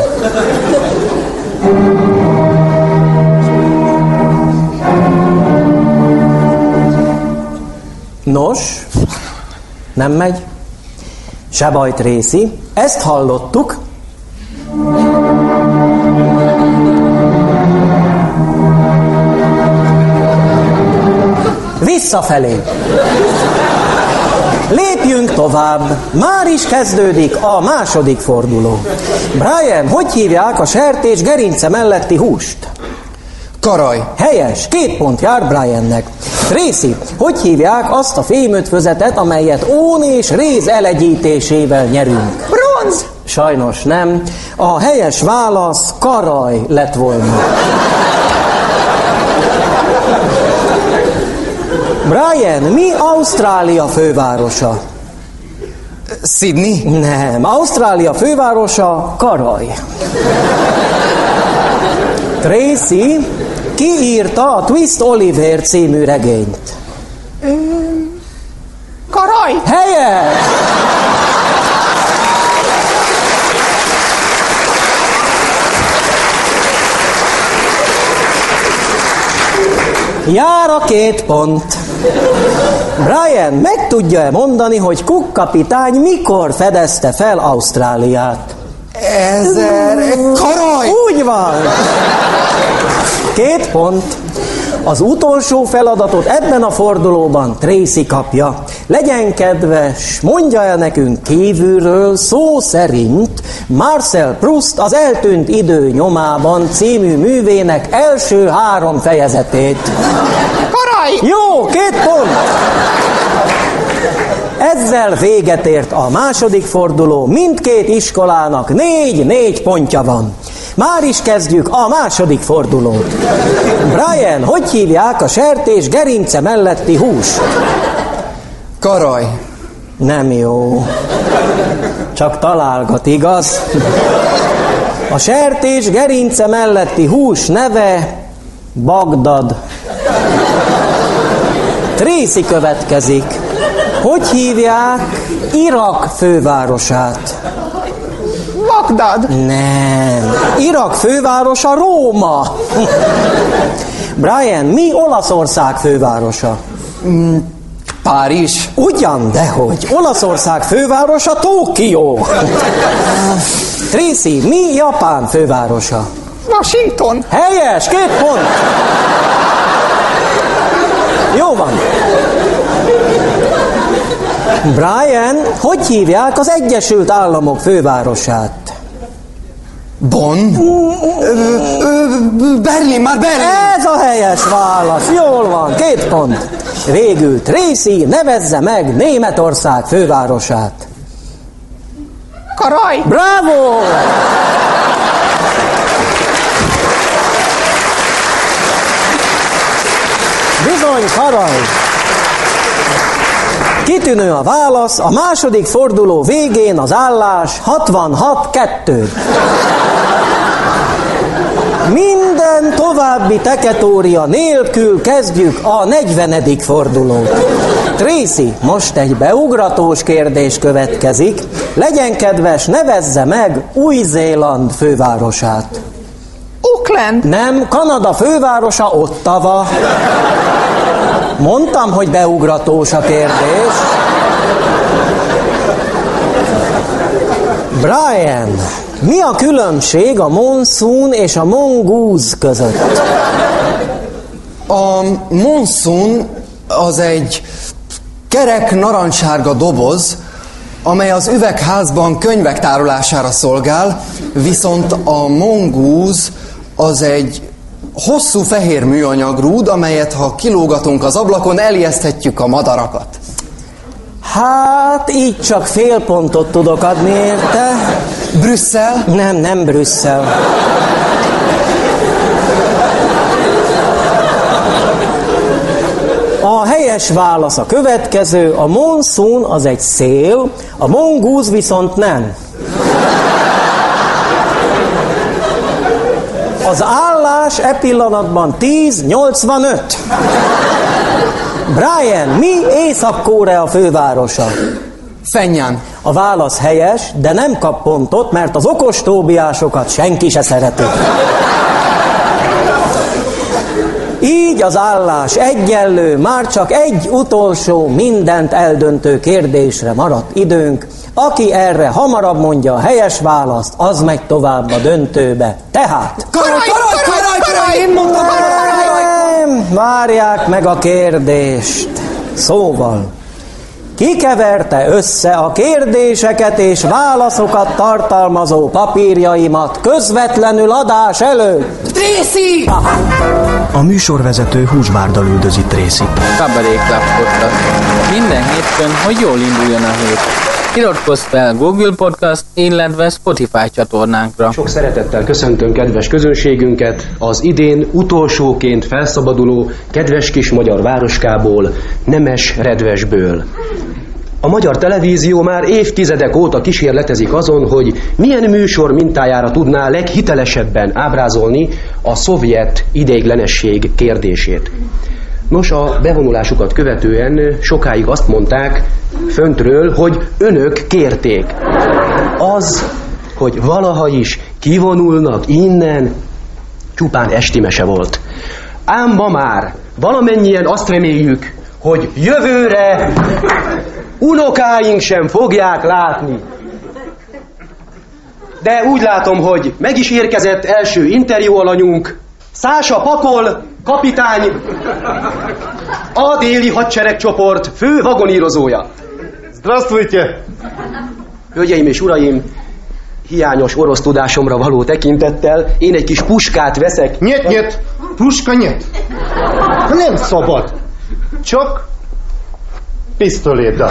Nos, nem megy. Se baj, Tracy. Ezt hallottuk. Visszafelé. Lépjünk tovább. Már is kezdődik a második forduló. Brian, hogy hívják a sertés gerince melletti húst? Karaj. Helyes, 2 pont jár Briannek. Tracy, hogy hívják azt a fémötvözetet, amelyet ón és réz elegyítésével nyerünk? Bronz. Sajnos nem. A helyes válasz karaj lett volna. Brian, mi Ausztrália fővárosa? Sydney? Nem, Ausztrália fővárosa Karaj. Tracy, ki írta a Twist Oliver című regényt? Karaj. Helyes! Jár a 2 pont. Brian, meg tudja-e mondani, hogy Cook kapitány mikor fedezte fel Ausztráliát? Karaj! Úgy van! 2 pont. Az utolsó feladatot ebben a fordulóban Tracy kapja. Legyen kedves, mondja el nekünk kívülről szó szerint Marcel Proust az Eltűnt idő nyomában című művének első 3 fejezetét. Karaj! Jó, 2 pont! Ezzel véget ért a második forduló, mindkét iskolának 4 pontja van. Már is kezdjük a második fordulót. Brian, hogy hívják a sertés gerince melletti húst? Karaj. Nem jó. Csak találgat, igaz? A sertés gerince melletti hús neve Bagdad. Tracy következik. Hogy hívják Irak fővárosát? Bagdad. Nem. Irak fővárosa Róma. Brian, mi Olaszország fővárosa? Párizs. Ugyan, dehogy. Olaszország fővárosa Tokió. Tracy, mi Japán fővárosa? Washington. Helyes, 2 pont. Jó van. Brian, hogy hívják az Egyesült Államok fővárosát? Bonn? Berlin, már Berlin! Ez a helyes válasz, jól van, 2 pont. Végül Tracy nevezze meg Németország fővárosát. Karaj! Bravo! Bizony, Karaj! Kitűnő a válasz, a második forduló végén az állás 66-2. Minden további teketória nélkül kezdjük a 40. fordulót. Tracy, most egy beugratós kérdés következik. Legyen kedves, nevezze meg Új-Zéland fővárosát. Auckland. Nem, Kanada fővárosa Ottawa. Mondtam, hogy beugratós a kérdés. Brian, mi a különbség a monszún és a mongoose között? A monszún az egy kerek narancssárga doboz, amely az üvegházban könyvek tárolására szolgál, viszont a mongoose az egy hosszú fehér műanyagrúd, amelyet ha kilógatunk az ablakon, elijeszthetjük a madarakat. Hát, így csak fél pontot tudok adni érte. Brüsszel? Nem Brüsszel. A helyes válasz a következő, a monszún az egy szél, a mongoose viszont nem. Az állás e pillanatban 10-85. Brian, mi Észak-Korea fővárosa? Phenján. A válasz helyes, de nem kap pontot, mert az okostóbiásokat senki se szereti. Így az állás egyenlő, már csak egy utolsó, mindent eldöntő kérdésre maradt időnk. Aki erre hamarabb mondja a helyes választ, az megy tovább a döntőbe. Tehát... Karaj! Én mondtam, nem, várják meg a kérdést. Szóval, ki keverte össze a kérdéseket és válaszokat tartalmazó papírjaimat közvetlenül adás előtt? Tracy! A műsorvezető húsbárdal üldözi Tracy-t. Kabarék Podcast. Minden hétfőn, hogy jól induljon a hét. Iratkozz fel Google Podcast, illetve Spotify csatornánkra. Sok szeretettel köszöntöm kedves közönségünket az idén utolsóként felszabaduló kedves kis magyar városkából, Nemes Redvesből. A magyar televízió már évtizedek óta kísérletezik azon, hogy milyen műsor mintájára tudná leghitelesebben ábrázolni a szovjet ideiglenesség kérdését. Nos, a bevonulásukat követően sokáig azt mondták föntről, hogy önök kérték. Az, hogy valaha is kivonulnak innen, csupán esti mese volt. Ám ma már valamennyien azt reméljük, hogy jövőre unokáink sem fogják látni. De úgy látom, hogy meg is érkezett első interjú alanyunk, Szása Pakol, kapitány, a déli hadseregcsoport fő vagonírozója. Здравствуйте! Hölgyeim és uraim, hiányos orosz tudásomra való tekintettel én egy kis puskát veszek. Нет, puska нет. Nem szabad. Csak pisztoléta.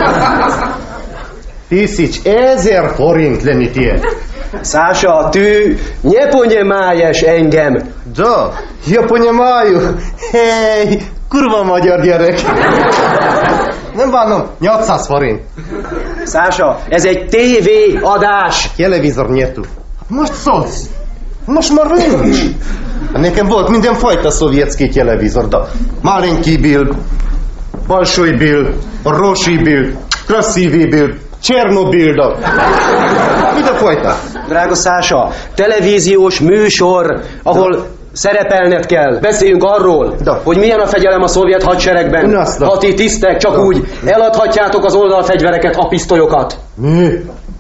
1000 forint lenni tiéd. Саша, ты не понимаешь engem. Да, я понимаю. Hey, kurva magyar gyerek. Nem bánom, 800 forint. Sasha, ez egy TV adás. Televizor nyetu. Most szólsz. Most már nincs. Nekem volt mindenfajta szovjetski televizor, de маленький был, большой был, хороший был, красивый был, Csernobil, da. Mindenfajta. Drága Szása, televíziós műsor, ahol Szerepelned kell. Beszéljünk arról, hogy milyen a fegyelem a szovjet hadseregben. Ha ti tisztek, csak úgy eladhatjátok az oldalfegyvereket, a pisztolyokat. Mi?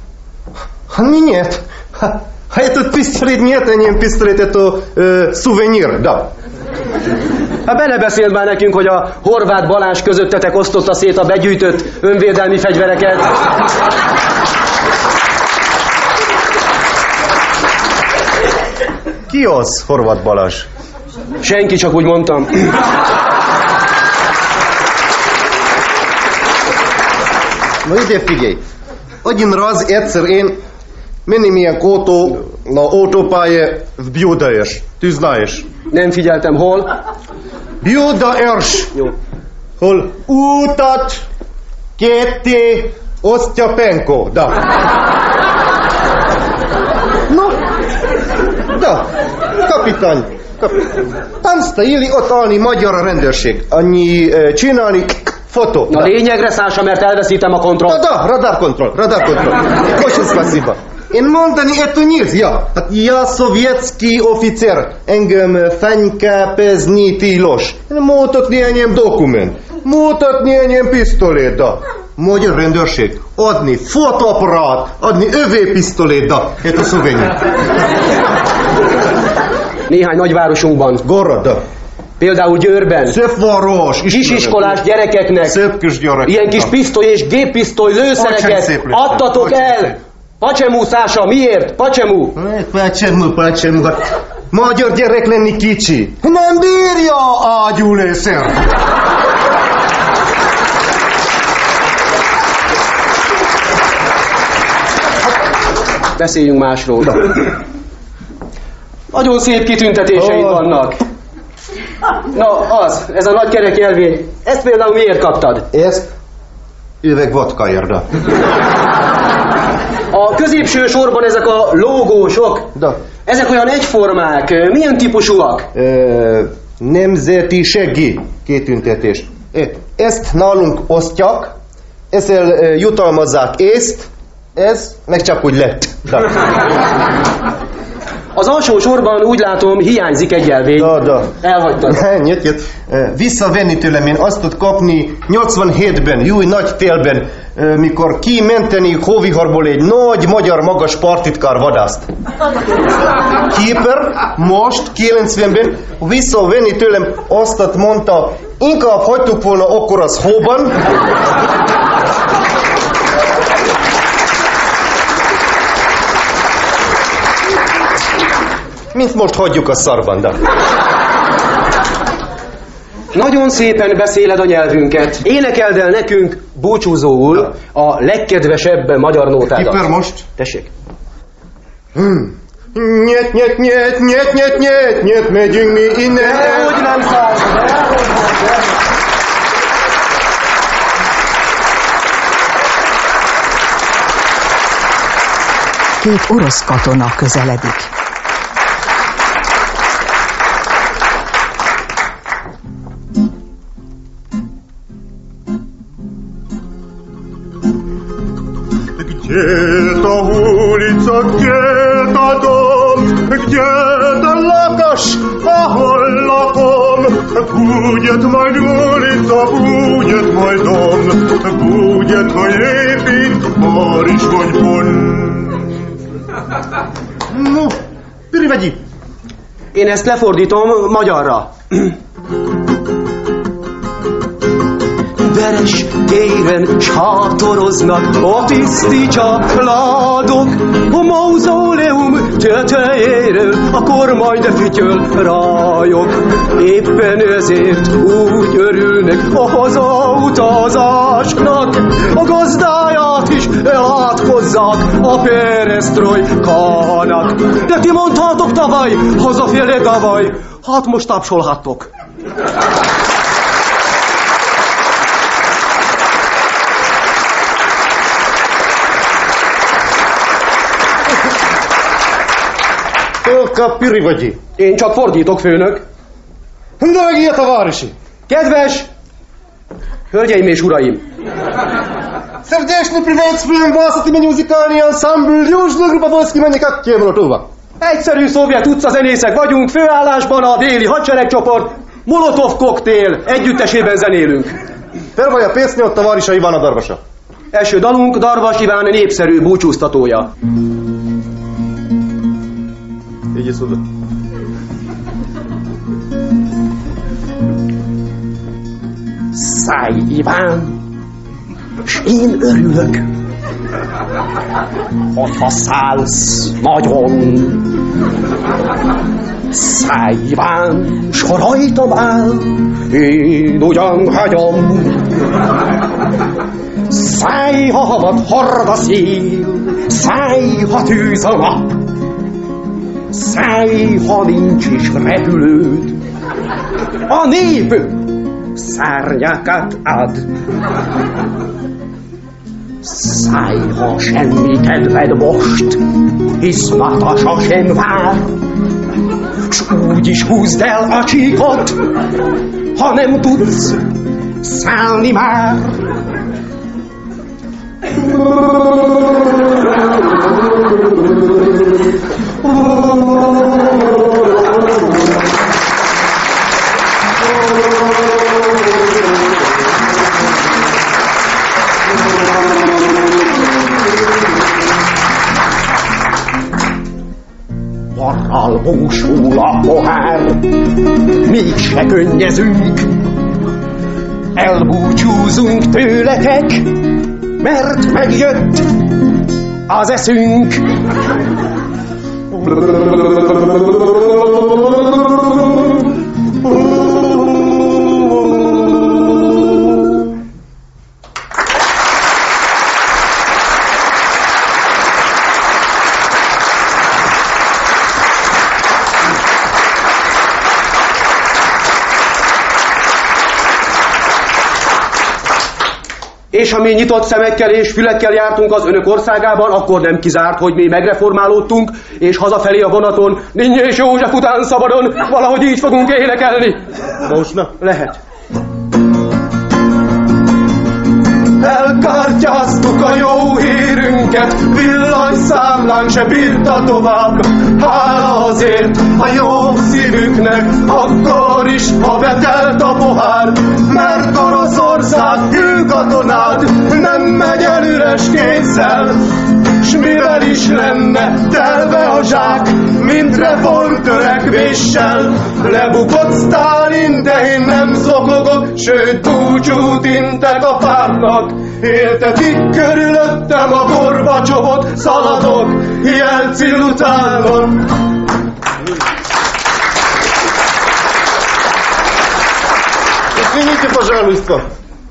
Нет. Этот пистолет нет, а не пистолет, это сувенир, да. Hát belebeszélt már nekünk, hogy a Horváth Balázs közöttetek osztotta szét a begyűjtött önvédelmi fegyvereket. Ki az, Horváth Balázs? Senki, csak úgy mondtam. No ide figyelj. Один раз egyszer én menni milyen autó na autópálya в Бьюдаеш. Ты знаешь. Nem figyeltem, hol? Бьюдаеш. Jó. Hol utat ketté Остяпенко, да. Ну, да, kapitány. Там стояли ott állni magyar a rendőrség. Annyi csinálni fotó. Na lényegre szálsa, mert elveszítem a kontrollt. Да, радар контроль. Очень спасибо. Én mondani это нельзя. Я советский офицер. Engem fenyegezni tilos. Mutatni enyém dokument. Mutatni enyém pisztolét, da. Magyar rendőrség. Adni fotoaparát. Adni övépisztolét, da. Это souvenir. Néhány nagyvárosunkban. Город. Például Győrben. Szép város. Kisiskolás gyerekeknek. Szép kis gyerek. Ilyen kis pisztoly és géppisztoly lőszereket adtatok el. Pacsemú, Szása, miért? Pacsemú. Pacsemú. Magyar gyerek lenni kicsi. Nem bírja ágyúlészer. Beszéljünk másról. Nagyon szép kitüntetéseid vannak. Na, ez a nagy kerek jelvény. Ezt például miért kaptad? Ezt? Üveg vodkáért, da. A középső sorban ezek a logósok. Da. Ezek olyan egyformák. Milyen típusúak? Nemzetiségi kitüntetés. Ezt nálunk osztják, ezzel jutalmazzák ez meg csak úgy lett. Da. Az alsó sorban úgy látom, hiányzik egy jelvény. Da. Elhagytad. Nyit. Visszavenni tőlem, én azt tud kapni 87-ben, jó nagy télben, mikor kimenteni hóviharból egy nagy magyar magas partitkár vadászt. Képer most 90-ben visszavenni tőlem azt mondta, inkább hagytuk volna akkor az hóban, mint most hagyjuk a szarban, de. Nagyon szépen beszéled a nyelvünket. Énekeld el nekünk búcsúzóul a legkedvesebb magyar nótádat. Kiper most? Tessék. Nyet, megyünk mi innen. Úgy nem szállsz. Két orosz katona közeledik. Где-то улица, где-то дом, где-то лакаш, лаком. Будет моя улица, будет мой дом, будет мой эпик, Борис Гоньбон. Ну, переводи. Én ezt lefordítom magyarra. Veres téren sátoroznak a tiszti családok, a mauzóleum tetejéről a kormány de fütyöl rájuk. Éppen ezért úgy örülnek a hazautazásnak, a gazdáját is átkozzák a perestrojkának. De ti mondtátok tavaly, hazafele davaj, hát most tapsolhattok. Только переводи. Én csak fordítok, főnök. Дорогие товарищи! Kedves hölgyeim és uraim! Сердечно приветствуем вас от имени музыкальный ансамбль Южная группа войск имени Коктебель. Egyszerű szovjet utcazenészek vagyunk, főállásban a déli hadseregcsoport, Molotov koktél, együttesében zenélünk. Первая песня от товарища Ивана Дарваша. Első dalunk Darvas Iván népszerű búcsúztatója. Иди сюда. Szállj, Iván, s én örülök, hogyha szállsz nagyon. Szállj, Iván, s ha rajtam áll, én ugyan hagyom. Szállj, ha hamad hord a szél, szállj, ha tűz a nap, szállj, ha nincs is repülőd, a népünk szárnyákat ad. Szállj, ha semmi kedved most, hisz Natasa sem vár, s úgy is húzd el a csíkot, ha nem tudsz szállni már. Varral búsul a pohár, mégse könnyezünk. Elbúcsúzunk tőletek, mert megjött az eszünk. És ha mi nyitott szemekkel és fülekkel jártunk az önök országában, akkor nem kizárt, hogy mi megreformálódtunk, és hazafelé a vonaton, Ninny és József után szabadon, valahogy így fogunk énekelni. Most na? Lehet. Elkártyáztuk a jó hírünket, villanyszámlánk se bírta tovább. Hála azért a jó szívüknek, akkor is, ha betelt a pohár. Mert Oroszország hűkatonád nem megy el üres kézzel, s mivel is lenne telve a zsák, mint reformtörekvéssel. Lebukott Sztálin, de én nem zokogok, sőt búcsút intek a pártnak. Éltetik körülöttem a Gorbacsovot, szaladok Jelcin utánon. Извините, пожалуйста.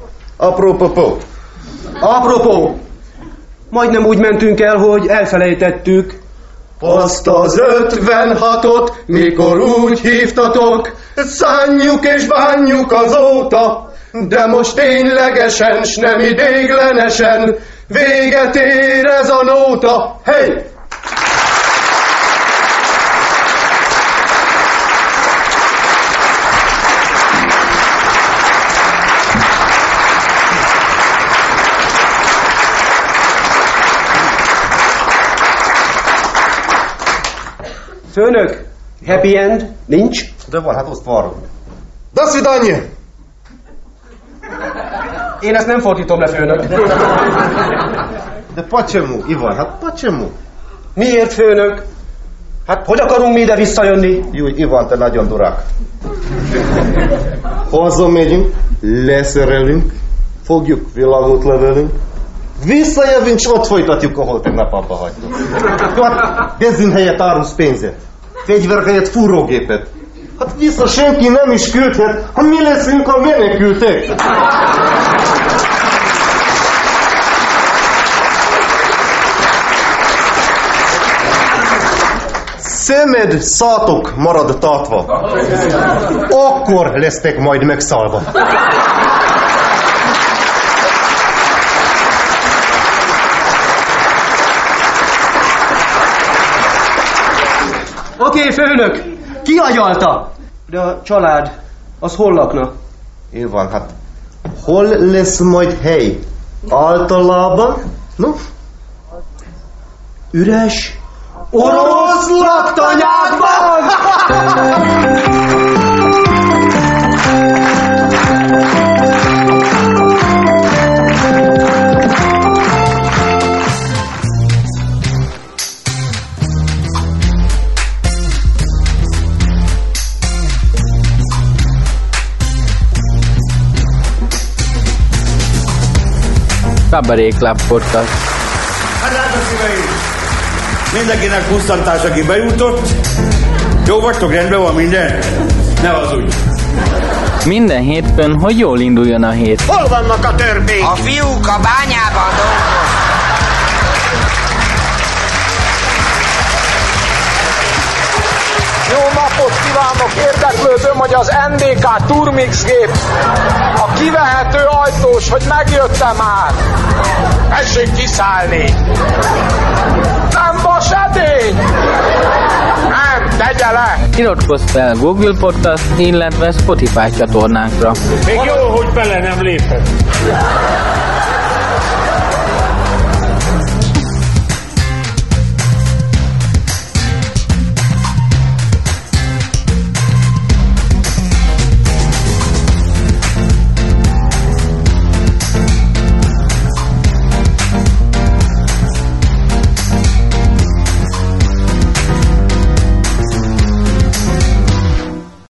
Apropó, majdnem úgy mentünk el, hogy elfelejtettük. Azt az 56-ot, mikor úgy hívtatok, szánjuk és bánjuk azóta, de most ténylegesen, s nem idéglenesen, véget ér ez a nóta. Hey! Főnök, happy end nincs? De van, hát azt várom. До свидания! Én ezt nem fordítom le, főnök. De почему, Iván, hát почему? Miért, főnök? Hát hogy akarunk mi ide visszajönni? Jó, Iván, te nagyon durák. Hazamegyünk, leszerelünk, fogjuk világútlevelünk, visszajövünk, s ott folytatjuk, ahol tegnap abba hagytuk. Jó, hát benzin helyett árulsz pénzet, fegyver helyett fúrógépet. Hát vissza senki nem is küldhet, ha mi leszünk a menekültek. Szemed szátok marad tartva. Akkor lesztek majd megszállva. Oké, főnök, ki agyalta? De a család, az hol lakna? Iván, hát hol lesz majd hely? Általában? No? Üres, orosz laktanyákban! Cabaret Club Podcast. Hát drága szíveim! Mindenkinek pusztantás, aki bejutott. Jó vagytok, rendben van minden? Ne hazudj! Minden hétfőn, hogy jól induljon a hét. Hol vannak a törpék? A fiúk a bányában dolgoznak. Jó napot kívánok! Érdeklődöm, hogy az NDK Turmix gép, a kivehető ajtós, hogy megjött-e már? Tessék kiszállni! Nem vas edény! Nem, tegye le! Iratkozz fel Google Podcast, illetve Spotify csatornánkra. Még jó, hogy bele nem lépett.